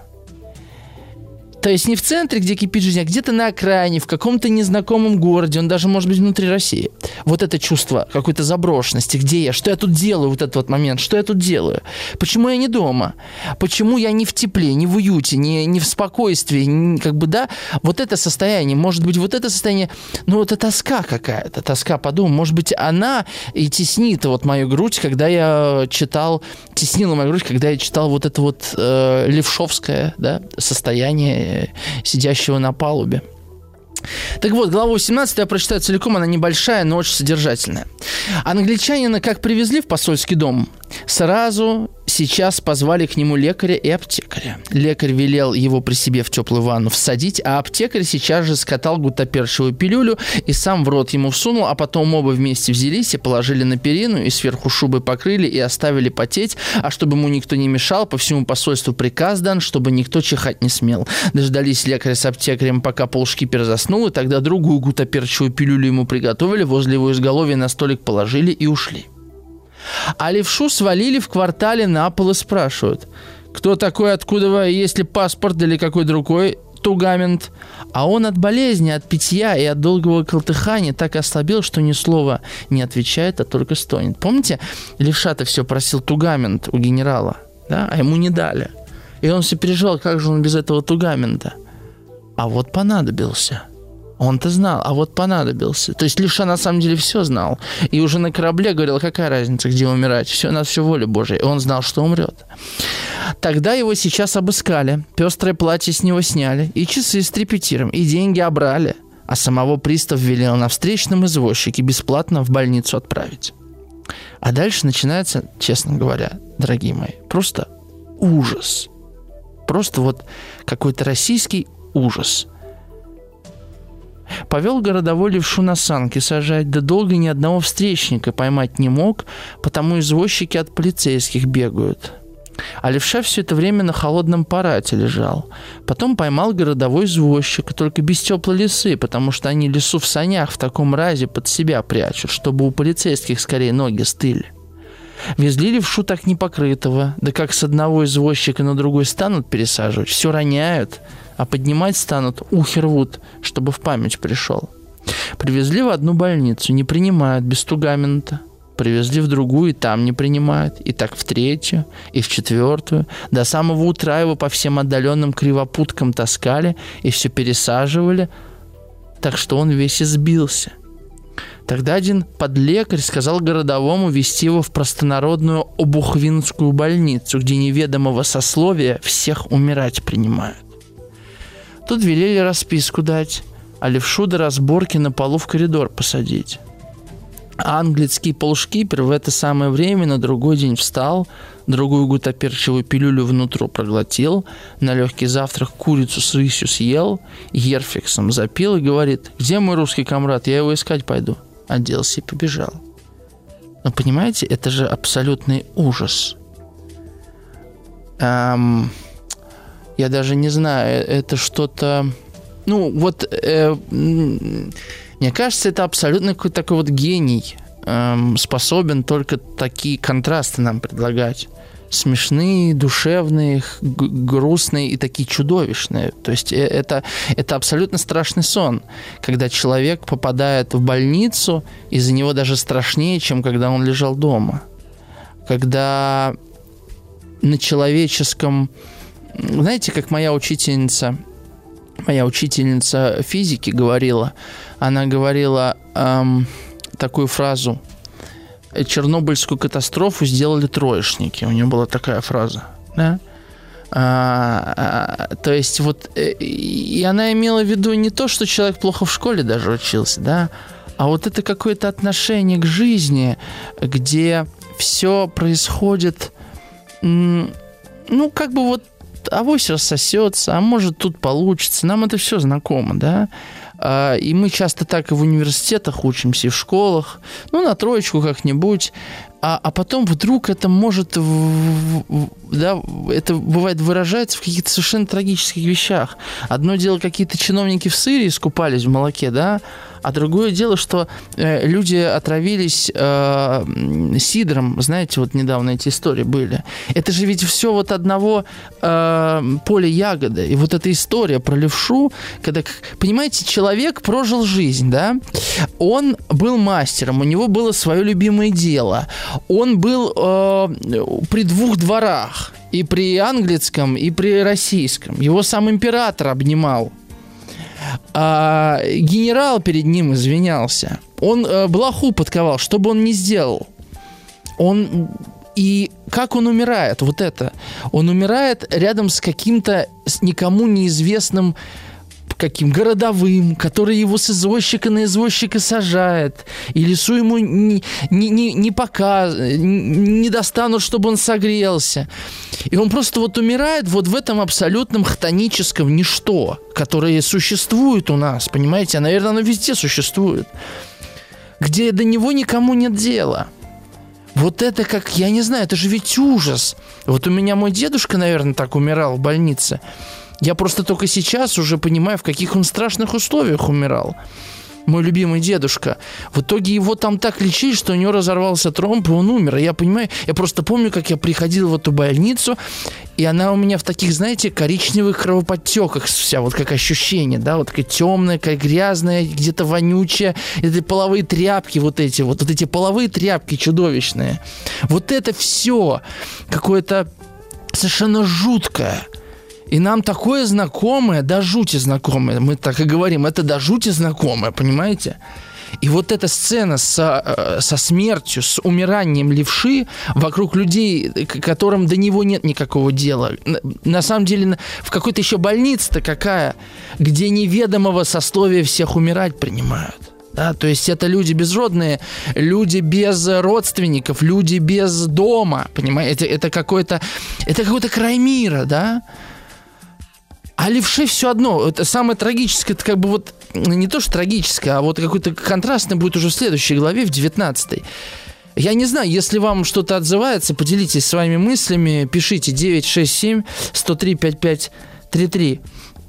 то есть не в центре, где кипит жизнь, а где-то на окраине, в каком-то незнакомом городе, он даже может быть внутри России. Вот это чувство какой-то заброшенности, где я, что я тут делаю, вот этот вот момент, что я тут делаю, почему я не дома, почему я не в тепле, не в уюте, не в спокойствии, вот это состояние, может быть, вот это состояние, это тоска какая-то, тоска по дому, может быть, она и теснит вот мою грудь, теснила мою грудь, когда я читал вот это вот левшовское, да, состояние сидящего на палубе. Так вот, главу 18 я прочитаю целиком, она небольшая, но очень содержательная. Англичанина как привезли в посольский дом, сразу сейчас позвали к нему лекаря и аптекаря. Лекарь велел его при себе в теплую ванну всадить, а аптекарь сейчас же скатал гутоперчивую пилюлю и сам в рот ему всунул, а потом оба вместе взялись и положили на перину, и сверху шубой покрыли и оставили потеть, а чтобы ему никто не мешал, по всему посольству приказ дан, чтобы никто чихать не смел. Дождались лекаря с аптекарем, пока полшкипер заснул, и тогда другую гутоперчивую пилюлю ему приготовили, возле его изголовья на столик положили и ушли. А левшу свалили в квартале на пол и спрашивают: кто такой, откуда вы, есть ли паспорт или какой другой тугамент? А он от болезни, от питья и от долгого колтыхания так ослабел, что ни слова не отвечает, а только стонет. Помните, левша-то все просил тугамент у генерала, да? А ему не дали. И он все переживал, как же он без этого тугамента. А вот понадобился. Он-то знал, а вот понадобился. То есть левша на самом деле все знал. И уже на корабле говорил, какая разница, где умирать. Все, у нас все воля Божия. И он знал, что умрет. Тогда его сейчас обыскали, пестрое платье с него сняли, и часы с трепетиром, и деньги обрали. А самого пристав велел на встречном извозчике бесплатно в больницу отправить. А дальше начинается, честно говоря, дорогие мои, просто ужас. Просто вот какой-то российский ужас. Повел городовой левшу на санки сажать, да долго ни одного встречника поймать не мог, потому извозчики от полицейских бегают. А левша все это время на холодном парате лежал. Потом поймал городовой извозчика, только без теплой лисы, потому что они лису в санях в таком разе под себя прячут, чтобы у полицейских скорее ноги стыли. Везли левшу так непокрытого, да как с одного извозчика на другой станут пересаживать, все роняют, а поднимать станут, ухи рвут, чтобы в память пришел. Привезли в одну больницу, не принимают без тугамента. Привезли в другую, и там не принимают. И так в третью, и в четвертую. До самого утра его по всем отдаленным кривопуткам таскали и все пересаживали, так что он весь избился. Тогда один подлекарь сказал городовому везти его в простонародную Обухвинскую больницу, где неведомого сословия всех умирать принимают. Тут велели расписку дать, а левшу до разборки на полу в коридор посадить. А английский полшкипер в это самое время на другой день встал, другую гутоперчивую пилюлю внутрь проглотил, на легкий завтрак курицу с рысью съел, ерфиксом запил и говорит: где мой русский комрад, я его искать пойду. Оделся и побежал. Но понимаете, это же абсолютный ужас. Я даже не знаю, это что-то... мне кажется, это абсолютно какой-то такой вот гений, способен только такие контрасты нам предлагать. смешные, душевные, грустные и такие чудовищные. То есть это абсолютно страшный сон, когда человек попадает в больницу, и за него даже страшнее, чем когда он лежал дома. Когда на человеческом... Знаете, как моя учительница физики говорила, она говорила такую фразу: «Чернобыльскую катастрофу сделали троечники». У нее была такая фраза, да? То есть вот, и она имела в виду не то, что человек плохо в школе даже учился, да, а вот это какое-то отношение к жизни, где все происходит, как бы вот авось рассосется, а может тут получится. Нам это все знакомо, да? И мы часто так и в университетах учимся, и в школах. На троечку как-нибудь. А потом вдруг это может... это бывает выражается в каких-то совершенно трагических вещах. Одно дело, какие-то чиновники в сыре искупались в молоке, да? А другое дело, что люди отравились сидром. Знаете, вот недавно эти истории были. Это же ведь все вот одного поля ягоды. И вот эта история про левшу, когда, понимаете, человек прожил жизнь, да? Он был мастером, у него было свое любимое дело. Он был при двух дворах. И при английском, и при российском. Его сам император обнимал. Генерал перед ним извинялся. Он блоху подковал, что бы он ни сделал. И как он умирает? Вот это. Он умирает рядом с каким-то никому неизвестным каким городовым, который его с извозчика на извозчика сажает, и лесу ему не достанут, чтобы он согрелся. И он просто вот умирает вот в этом абсолютном хтоническом ничто, которое существует у нас, понимаете? А, наверное, оно везде существует. Где до него никому нет дела. Вот это как, я не знаю, это же ведь ужас. Вот у меня мой дедушка, наверное, так умирал в больнице. Я просто только сейчас уже понимаю, в каких он страшных условиях умирал. Мой любимый дедушка. В итоге его там так лечили, что у него разорвался тромб, и он умер. И я понимаю, я просто помню, как я приходил в эту больницу, и она у меня в таких, знаете, коричневых кровоподтеках вся, вот как ощущение, да, вот такая темная, как грязная, где-то вонючая. Это половые тряпки вот эти половые тряпки чудовищные. Вот это все какое-то совершенно жуткое. И нам такое знакомое, до жути знакомое, мы так и говорим, это до жути знакомое, понимаете? И вот эта сцена со смертью, с умиранием левши вокруг людей, которым до него нет никакого дела. На самом деле, в какой-то еще больнице-то какая, где неведомого сословия всех умирать принимают. Да, то есть это люди безродные, люди без родственников, люди без дома, понимаете? Это какой-то край мира, да? А левши все одно. Это самое трагическое, это как бы вот не то, что трагическое, а вот какой-то контрастный будет уже в следующей главе, в 19-й. Я не знаю, если вам что-то отзывается, поделитесь своими мыслями, пишите 967-103-5533.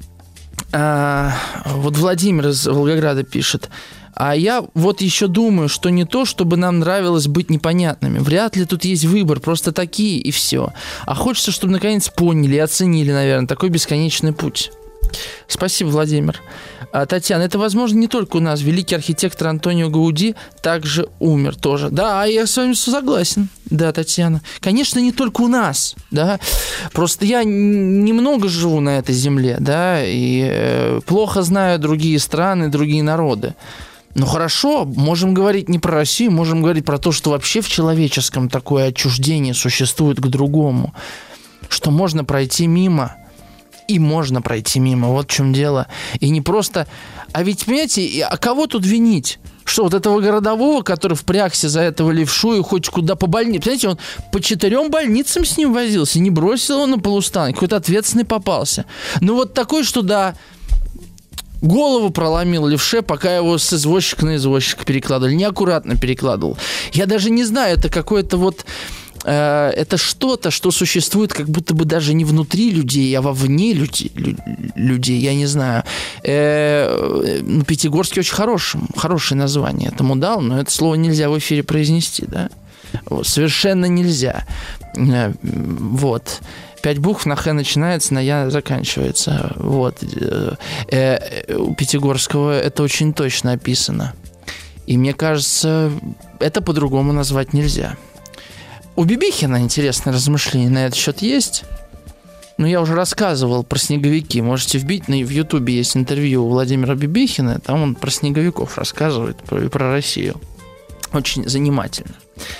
Вот Владимир из Волгограда пишет. А я вот еще думаю, что не то, чтобы нам нравилось быть непонятными. Вряд ли тут есть выбор, просто такие и все. А хочется, чтобы наконец поняли и оценили, наверное, такой бесконечный путь. Спасибо, Владимир. Татьяна, это возможно не только у нас. Великий архитектор Антонио Гауди также умер тоже. Да, я с вами согласен. Да, Татьяна. Конечно, не только у нас, да. Просто я немного живу на этой земле, да, и плохо знаю другие страны, другие народы. Ну хорошо, можем говорить не про Россию, можем говорить про то, что вообще в человеческом такое отчуждение существует к другому, что можно пройти мимо, и можно пройти мимо, вот в чем дело. И не просто... А ведь, понимаете, а кого тут винить? Что, вот этого городового, который впрягся за этого левшу и хоть куда по больнице... Понимаете, он по 4 больницам с ним возился, не бросил его на полустанок, какой-то ответственный попался. Ну вот такой, что да... Голову проломил левше, пока его с извозчика на извозчика перекладывали. Неаккуратно перекладывал. Я даже не знаю, это какое-то вот... это что-то, что существует как будто бы даже не внутри людей, а вовне людей. Я не знаю. Пятигорский очень хорошее название этому дал, но это слово нельзя в эфире произнести, да? Совершенно нельзя. Вот. 5 букв на «х» начинается, на «я» заканчивается. Вот. У Пятигорского это очень точно описано. И мне кажется, это по-другому назвать нельзя. У Бибихина интересное размышление на этот счет есть. Но я уже рассказывал про снеговики. Можете вбить, в Ютубе есть интервью у Владимира Бибихина. Там он про снеговиков рассказывает, про Россию. Очень занимательно.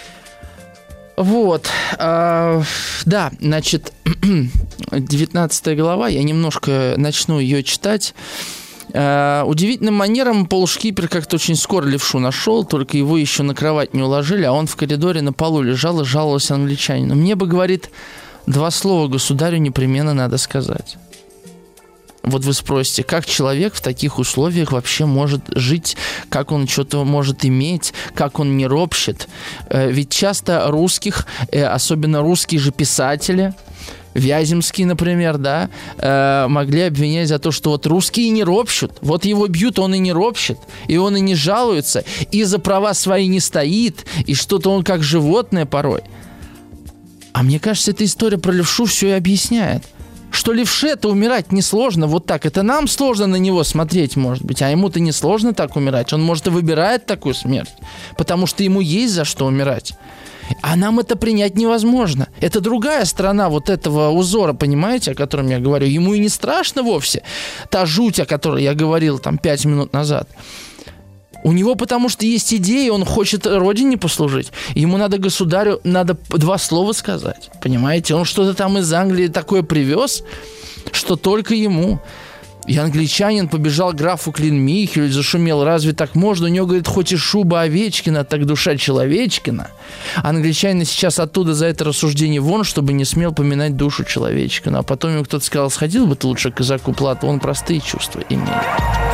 Вот. Да, значит, 19 глава. Я немножко начну ее читать. Удивительным манером полушкипер как-то очень скоро левшу нашел, только его еще на кровать не уложили, а он в коридоре на полу лежал и жаловался англичанину. Мне бы, говорит, 2 слова государю непременно надо сказать. Вот вы спросите, как человек в таких условиях вообще может жить, как он что-то может иметь, как он не ропщет. Ведь часто русских, особенно русские же писатели, Вяземский, например, да, могли обвинять за то, что вот русские не ропщут, вот его бьют, он и не ропщет, и он и не жалуется, и за права свои не стоит, и что-то он как животное порой. А мне кажется, эта история про левшу все и объясняет. Что левше-то умирать несложно вот так. Это нам сложно на него смотреть, может быть, а ему-то не сложно так умирать. Он, может, и выбирает такую смерть, потому что ему есть за что умирать. А нам это принять невозможно. Это другая сторона вот этого узора, понимаете, о котором я говорю. Ему и не страшно вовсе. Та жуть, о которой я говорил там 5 минут назад. У него потому что есть идея, он хочет родине послужить. Ему надо государю, надо 2 слова сказать, понимаете? Он что-то там из Англии такое привез, что только ему. И англичанин побежал к графу Клинмихелю, зашумел, разве так можно? У него, говорит, хоть и шуба Овечкина, так душа Человечкина. Англичанин сейчас оттуда за это рассуждение вон, чтобы не смел поминать душу Человечкина. А потом ему кто-то сказал, сходил бы ты лучше к казаку Плату, он простые чувства имеет.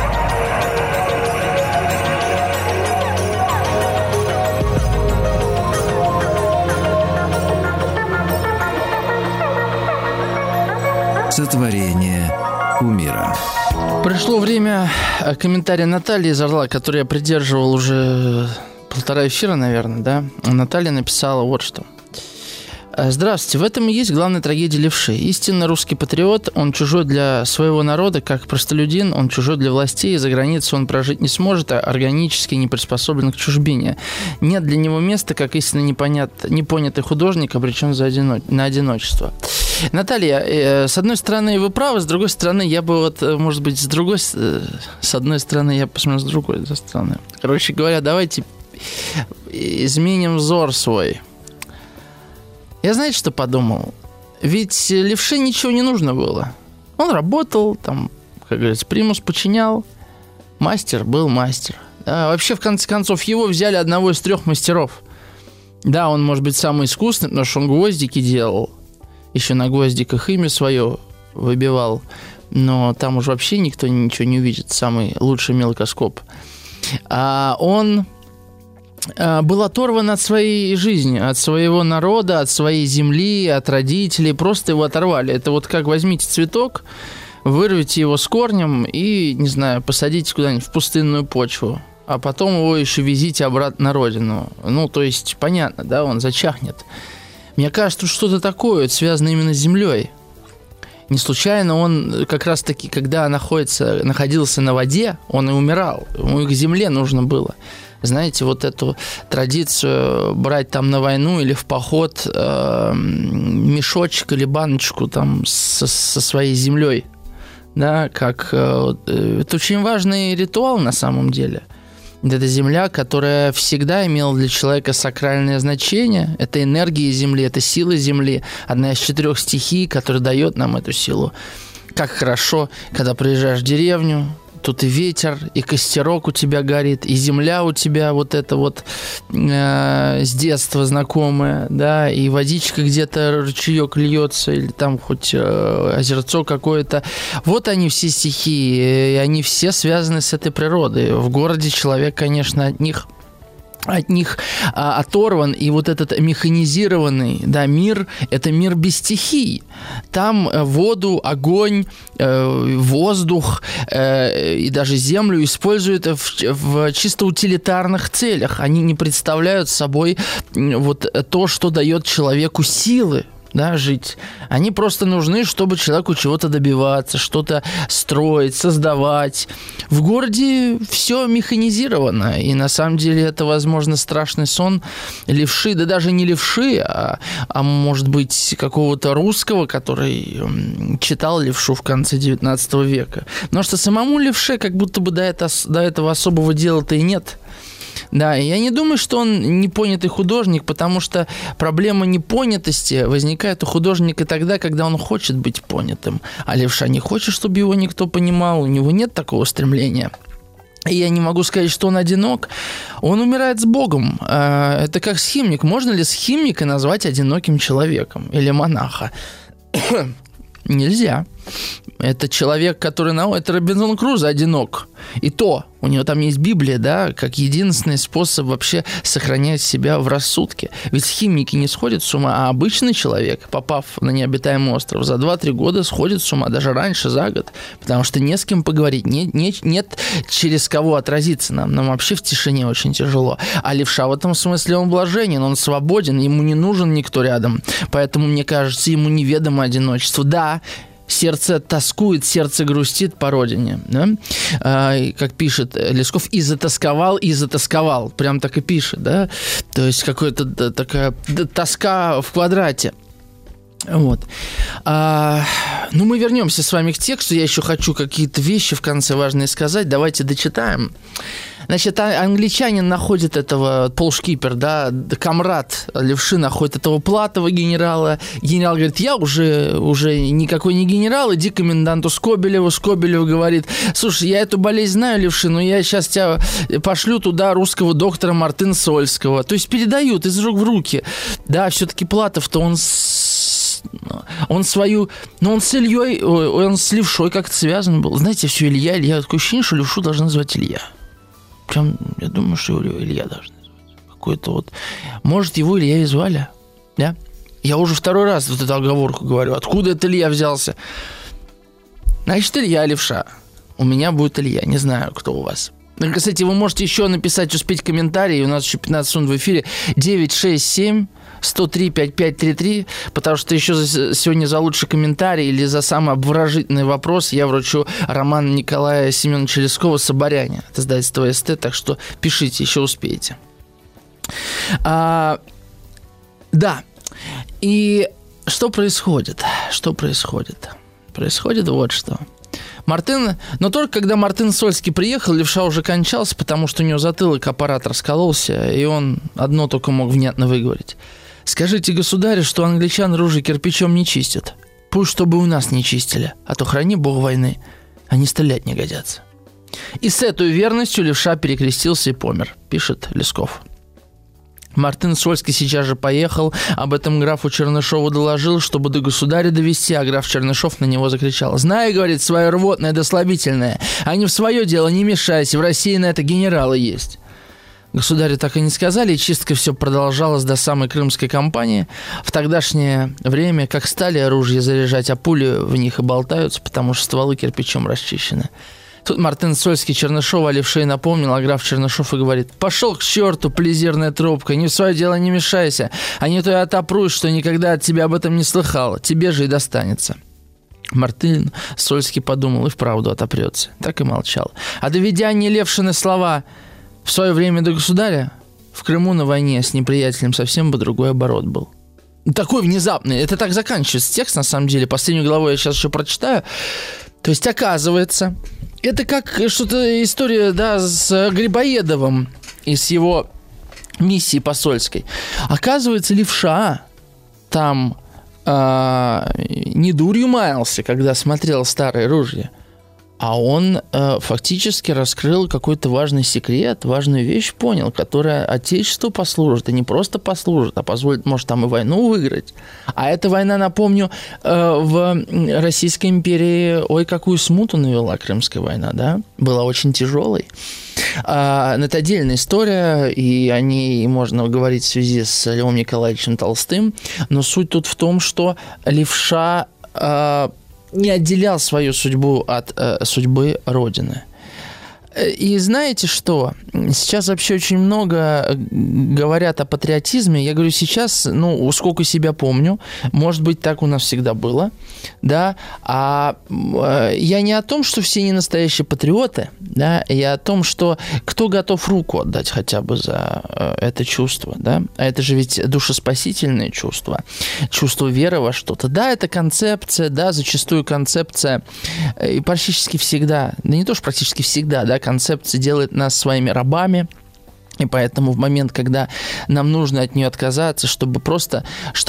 Сотворение кумира. Пришло время комментария Натальи из Орла, который я придерживал уже 1,5 эфира, наверное, да? Наталья написала вот что. Здравствуйте. В этом и есть главная трагедия левши. Истинно русский патриот, он чужой для своего народа, как простолюдин, он чужой для властей, и за границей он прожить не сможет, а органически не приспособлен к чужбине. Нет для него места, как истинно непонятый художник, обречен на одиночество. Наталья, с одной стороны, вы правы, с другой стороны, я бы вот, может быть, с одной стороны, я посмотрю с другой стороны. Короче говоря, давайте изменим взор свой. Я, знаете, что подумал? Ведь левше ничего не нужно было. Он работал, там, как говорится, примус подчинял. Мастер был мастер. Да, вообще, в конце концов, его взяли одного из 3 мастеров. Да, он, может быть, самый искусный, потому что он гвоздики делал. Еще на гвоздиках имя свое выбивал. Но там уже вообще никто ничего не увидит. Самый лучший мелкоскоп. А он был оторван от своей жизни, от своего народа, от своей земли, от родителей. Просто его оторвали. Это вот как возьмите цветок, вырвите его с корнем и, не знаю, посадите куда-нибудь в пустынную почву. А потом его еще везите обратно на родину. Ну, то есть, понятно, да, он зачахнет. Мне кажется, тут что-то такое, связано именно с землей. Не случайно он как раз-таки, когда находился на воде, он и умирал. Ему к земле нужно было. Знаете, вот эту традицию брать там на войну или в поход мешочек или баночку там со своей землей. Да, как... это очень важный ритуал на самом деле. Это земля, которая всегда имела для человека сакральное значение. Это энергия земли, это сила земли. Одна из 4 стихий, которая дает нам эту силу. Как хорошо, когда приезжаешь в деревню, тут и ветер, и костерок у тебя горит, и земля у тебя вот это вот с детства знакомая, да, и водичка где-то, ручеек льется, или там хоть озерцо какое-то. Вот они все стихии, и они все связаны с этой природой. В городе человек, конечно, от них от них оторван, и вот этот механизированный, да, мир – это мир без стихий. Там воду, огонь, воздух и даже землю используют в чисто утилитарных целях. Они не представляют собой вот то, что дает человеку силы, да, жить. Они просто нужны, чтобы человеку чего-то добиваться, что-то строить, создавать. В городе все механизировано, и на самом деле это, возможно, страшный сон левши, да даже не левши, а может быть, какого-то русского, который читал левшу в конце 19 века. Потому что самому левше как будто бы до этого особого дела-то и нет. Да, я не думаю, что он непонятый художник, потому что проблема непонятости возникает у художника тогда, когда он хочет быть понятым. А левша не хочет, чтобы его никто понимал, у него нет такого стремления. И я не могу сказать, что он одинок. Он умирает с Богом. Это как схимник. Можно ли схимника назвать одиноким человеком или монаха? Нельзя. Это человек, который... Это Робинзон Крузо одинок. И то, у него там есть Библия, да, как единственный способ вообще сохранять себя в рассудке. Ведь схимники не сходят с ума, а обычный человек, попав на необитаемый остров, за 2-3 года сходит с ума, даже раньше, за год. Потому что не с кем поговорить, нет через кого отразиться нам. Нам вообще в тишине очень тяжело. А левша в этом смысле он блаженен, он свободен, ему не нужен никто рядом. Поэтому, мне кажется, ему неведомо одиночество. Да, сердце тоскует, сердце грустит по родине. Да? Как пишет Лесков, и затасковал. Прям так и пишет. Да? То есть какая-то такая тоска в квадрате. Вот. Ну, мы вернемся с вами к тексту. Я еще хочу какие-то вещи в конце важные сказать. Давайте дочитаем. Значит, англичанин находит этого, Полшкипер, да, комрад левши находит этого Платова генерала. Генерал говорит, я уже никакой не генерал, иди к коменданту Скобелеву. Скобелев говорит, слушай, я эту болезнь знаю, левши, но я сейчас тебя пошлю туда русского доктора Мартына Сольского. То есть передают из рук в руки. Да, все-таки Платов-то он с Ильей, он с левшой как-то связан был. Знаете, все Илья, такое ощущение, что левшу должны называть Илья. Прям, я думаю, что его Илья должны звать. Какой-то вот... Может, его Илья и звали, да? Я уже второй раз вот эту оговорку говорю. Откуда это Илья взялся? Значит, Илья левша. У меня будет Илья. Не знаю, кто у вас. Кстати, вы можете еще написать, успеть комментарии. У нас еще 15 секунд в эфире. 967-103-5533. Потому что еще сегодня за лучший комментарий или за самый обворожительный вопрос я вручу роман Николая Семеновича Лескова «Соборяне» от издательства СТ. Так что пишите, еще успеете. Да. И что происходит? Происходит вот что. Но только когда Мартын Сольский приехал, левша уже кончался, потому что у него затылок аппарат раскололся, и он одно только мог внятно выговорить. «Скажите, государю, что англичан ружья кирпичом не чистят. Пусть чтобы у нас не чистили, а то, храни бог войны, они стрелять не годятся». И с этой верностью левша перекрестился и помер, пишет Лесков. Мартын Сольский сейчас же поехал, об этом графу Чернышову доложил, чтобы до государя довести, а граф Чернышов на него закричал. «Знай, — говорит, — свое рвотное да слабительное, а не в свое дело не мешайся, в России на это генералы есть». Государю так и не сказали, и чистка все продолжалась до самой Крымской кампании. В тогдашнее время как стали оружие заряжать, а пули в них и болтаются, потому что стволы кирпичом расчищены. Тут Мартын Сольский Чернышова о левше напомнил, а граф Чернышов и говорит: «Пошел к черту, плезирная трубка, ни в свое дело не мешайся, а не то я отопрусь, что никогда от тебя об этом не слыхал, тебе же и достанется». Мартын Сольский подумал и вправду отопрется, так и молчал. А доведя Левшины слова в свое время до государя, в Крыму на войне с неприятелем совсем бы другой оборот был. Такой внезапный, это так заканчивается текст, на самом деле, последнюю главу я сейчас еще прочитаю. То есть, оказывается, это как что-то история, да, с Грибоедовым и с его миссией посольской. Оказывается, левша там не дурью маялся, когда смотрел старые ружья, а он фактически раскрыл какой-то важный секрет, важную вещь понял, которая Отечеству послужит, и не просто послужит, а позволит, может, там и войну выиграть. А эта война, напомню, в Российской империи, ой, какую смуту навела Крымская война, да? Была очень тяжелой. Это отдельная история, и о ней можно говорить в связи с Львом Николаевичем Толстым. Но суть тут в том, что левша не отделял свою судьбу от судьбы Родины. И знаете что? Сейчас вообще очень много говорят о патриотизме. Я говорю сейчас, сколько себя помню, может быть, так у нас всегда было, да. А я не о том, что все не настоящие патриоты, да, я о том, что кто готов руку отдать хотя бы за это чувство, да. А это же ведь душеспасительное чувство, чувство веры во что-то. Да, это концепция, да, зачастую концепция, и практически всегда, да не то, что практически всегда, да, концепция делает нас своими рабами, и поэтому в момент, когда нам нужно от нее отказаться, чтобы просто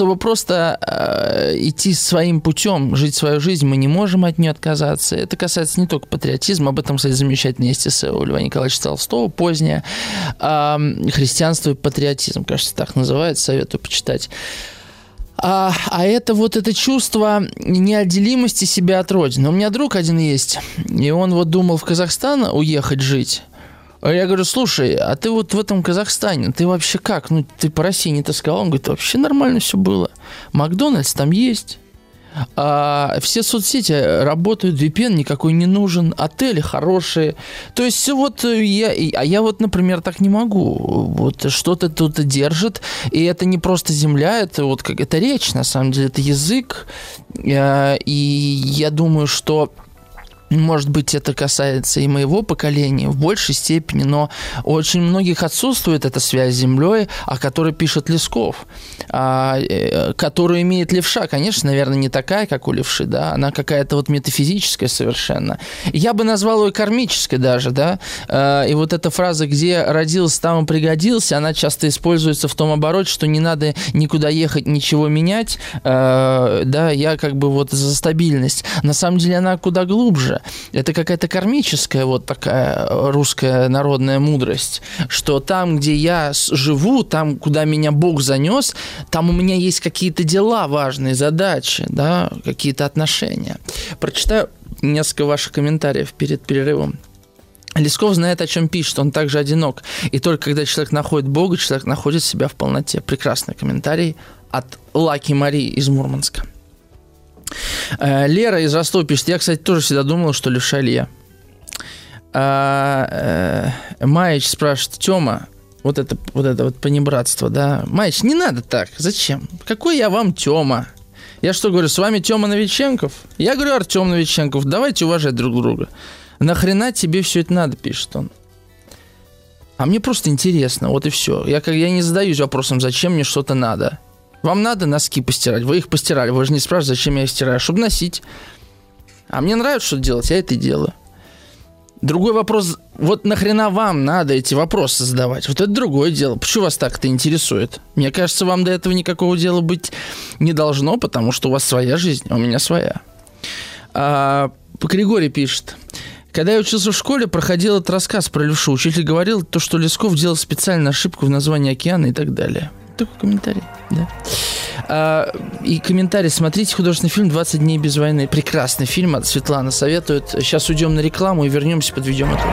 идти своим путем, жить свою жизнь, мы не можем от нее отказаться. Это касается не только патриотизма, об этом, кстати, замечательное есть эссе у Льва Николаевича Толстого, позднее, «Христианство и патриотизм», кажется, так называется, советую почитать. А это вот это чувство неотделимости себя от Родины. У меня друг один есть, и он вот думал в Казахстан уехать жить. Я говорю, слушай, а ты вот в этом Казахстане, ты вообще как? Ты по России не тосковал? Он говорит, вообще нормально все было. Макдональдс там есть. Все соцсети работают, VPN никакой не нужен, отели хорошие. То есть вот я вот, например, так не могу. Вот что-то тут держит, и это не просто земля, это вот как это речь, на самом деле, это язык. И я думаю, что может быть, это касается и моего поколения в большей степени, но у очень многих отсутствует эта связь с землей, о которой пишет Лесков, которую имеет левша. Конечно, наверное, не такая, как у левши, да, она какая-то вот метафизическая совершенно. Я бы назвал ее кармической даже, да, и вот эта фраза, где родился, там и пригодился, она часто используется в том обороте, что не надо никуда ехать, ничего менять, да, я как бы вот за стабильность. На самом деле она куда глубже. Это какая-то кармическая вот такая русская народная мудрость, что там, где я живу, там, куда меня Бог занес, там у меня есть какие-то дела важные, задачи, да, какие-то отношения. Прочитаю несколько ваших комментариев перед перерывом. Лесков знает, о чем пишет, он также одинок. И только когда человек находит Бога, человек находит себя в полноте. Прекрасный комментарий от Лаки Марии из Мурманска. Лера из Ростова пишет, я, кстати, тоже всегда думала, что левша Илья. Маич спрашивает, Тёма, вот это понебратство, да? Маич, не надо так, зачем? Какой я вам Тёма? Я что говорю, с вами Тёма Новиченков? Я говорю, Артём Новиченков, давайте уважать друг друга. Нахрена тебе все это надо, пишет он. А мне просто интересно, вот и все. Я не задаюсь вопросом, зачем мне что-то надо. Вам надо носки постирать, вы их постирали, вы же не спрашиваете, зачем я их стираю, чтобы носить. А мне нравится что-то делать, я это и делаю. Другой вопрос, вот нахрена вам надо эти вопросы задавать? Вот это другое дело. Почему вас так это интересует? Мне кажется, вам до этого никакого дела быть не должно, потому что у вас своя жизнь, а у меня своя. Григорий пишет. Когда я учился в школе, проходил этот рассказ про левшу. Учитель говорил, что Лесков делал специальную ошибку в названии океана и так далее. Такой комментарий, да. И комментарий. Смотрите художественный фильм «20 дней без войны». Прекрасный фильм, от Светланы советует. Сейчас уйдем на рекламу и вернемся, подведем итог.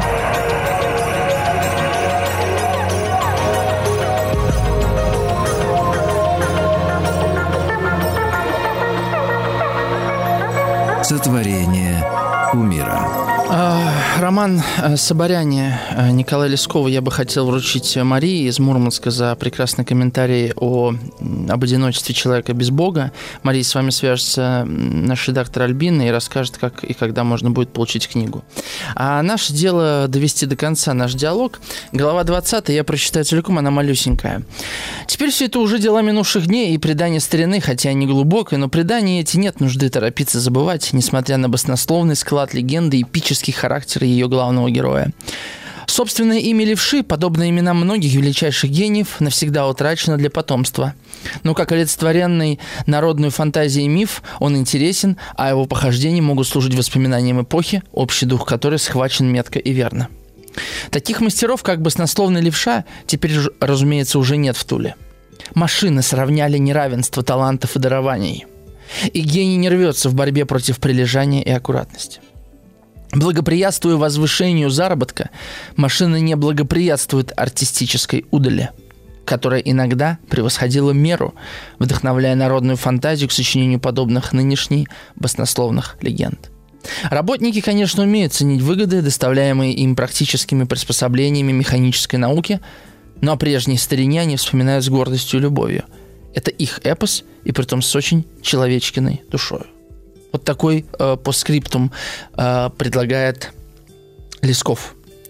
Сотворение умира. Роман «Соборяне» Николая Лескова я бы хотел вручить Марии из Мурманска за прекрасный комментарий об одиночестве человека без Бога. Мария, с вами свяжется наш редактор Альбина и расскажет, как и когда можно будет получить книгу. А наше дело довести до конца наш диалог. Глава 20, я прочитаю целиком, она малюсенькая. Теперь все это уже дела минувших дней и предание старины, хотя и не глубокое, но предания эти нет нужды торопиться забывать, несмотря на баснословный склад легенды и эпический характер ее главного героя. Собственное имя левши, подобно именам многих величайших гениев, навсегда утрачено для потомства. Но как олицетворенный народную фантазией миф, он интересен, а его похождения могут служить воспоминанием эпохи, общий дух которой схвачен метко и верно. Таких мастеров, как баснословный левша, теперь, разумеется, уже нет в Туле. Машины сравняли неравенство талантов и дарований. И гений не рвется в борьбе против прилежания и аккуратности. Благоприятствуя возвышению заработка, машина не благоприятствует артистической удали, которая иногда превосходила меру, вдохновляя народную фантазию к сочинению подобных нынешней баснословных легенд. Работники, конечно, умеют ценить выгоды, доставляемые им практическими приспособлениями механической науки, но о прежней старине они вспоминают с гордостью и любовью. Это их эпос, и притом с очень человечкиной душою. Вот такой постскриптум предлагает Лесков.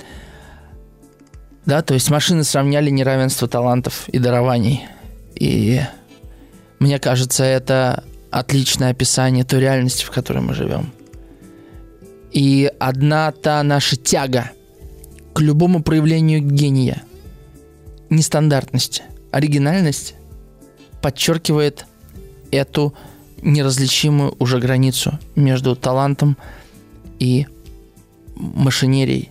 Да, то есть машины сравняли неравенство талантов и дарований. И мне кажется, это отличное описание той реальности, в которой мы живем. И одна та наша тяга к любому проявлению гения, нестандартности, оригинальности подчеркивает эту неразличимую уже границу между талантом и машинерией.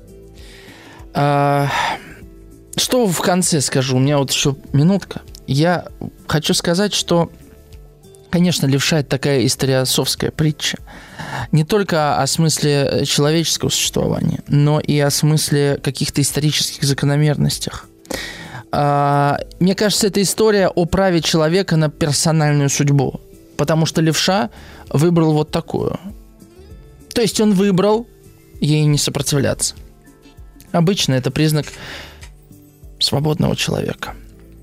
Что в конце скажу? У меня вот еще минутка. Я хочу сказать, что, конечно, левша – это такая историосовская притча. Не только о смысле человеческого существования, но и о смысле каких-то исторических закономерностях. Мне кажется, это история о праве человека на персональную судьбу. Потому что левша выбрал вот такую. То есть он выбрал ей не сопротивляться. Обычно это признак свободного человека.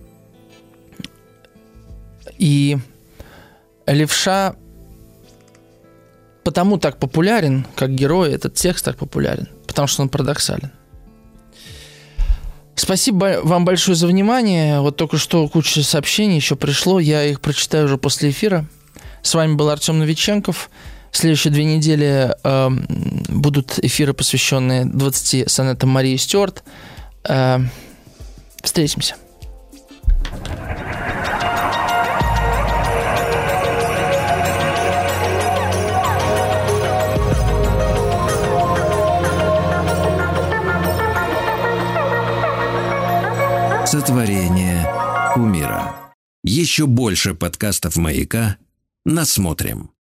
И левша потому так популярен, как герой, этот текст так популярен, потому что он парадоксален. Спасибо вам большое за внимание. Вот только что куча сообщений еще пришло, я их прочитаю уже после эфира. С вами был Артем Новиченков. В следующие 2 недели будут эфиры, посвященные 20 сонетам Марии Стюарт. Встретимся. Сотворение кумира. Еще больше подкастов «Маяка» насмотрим.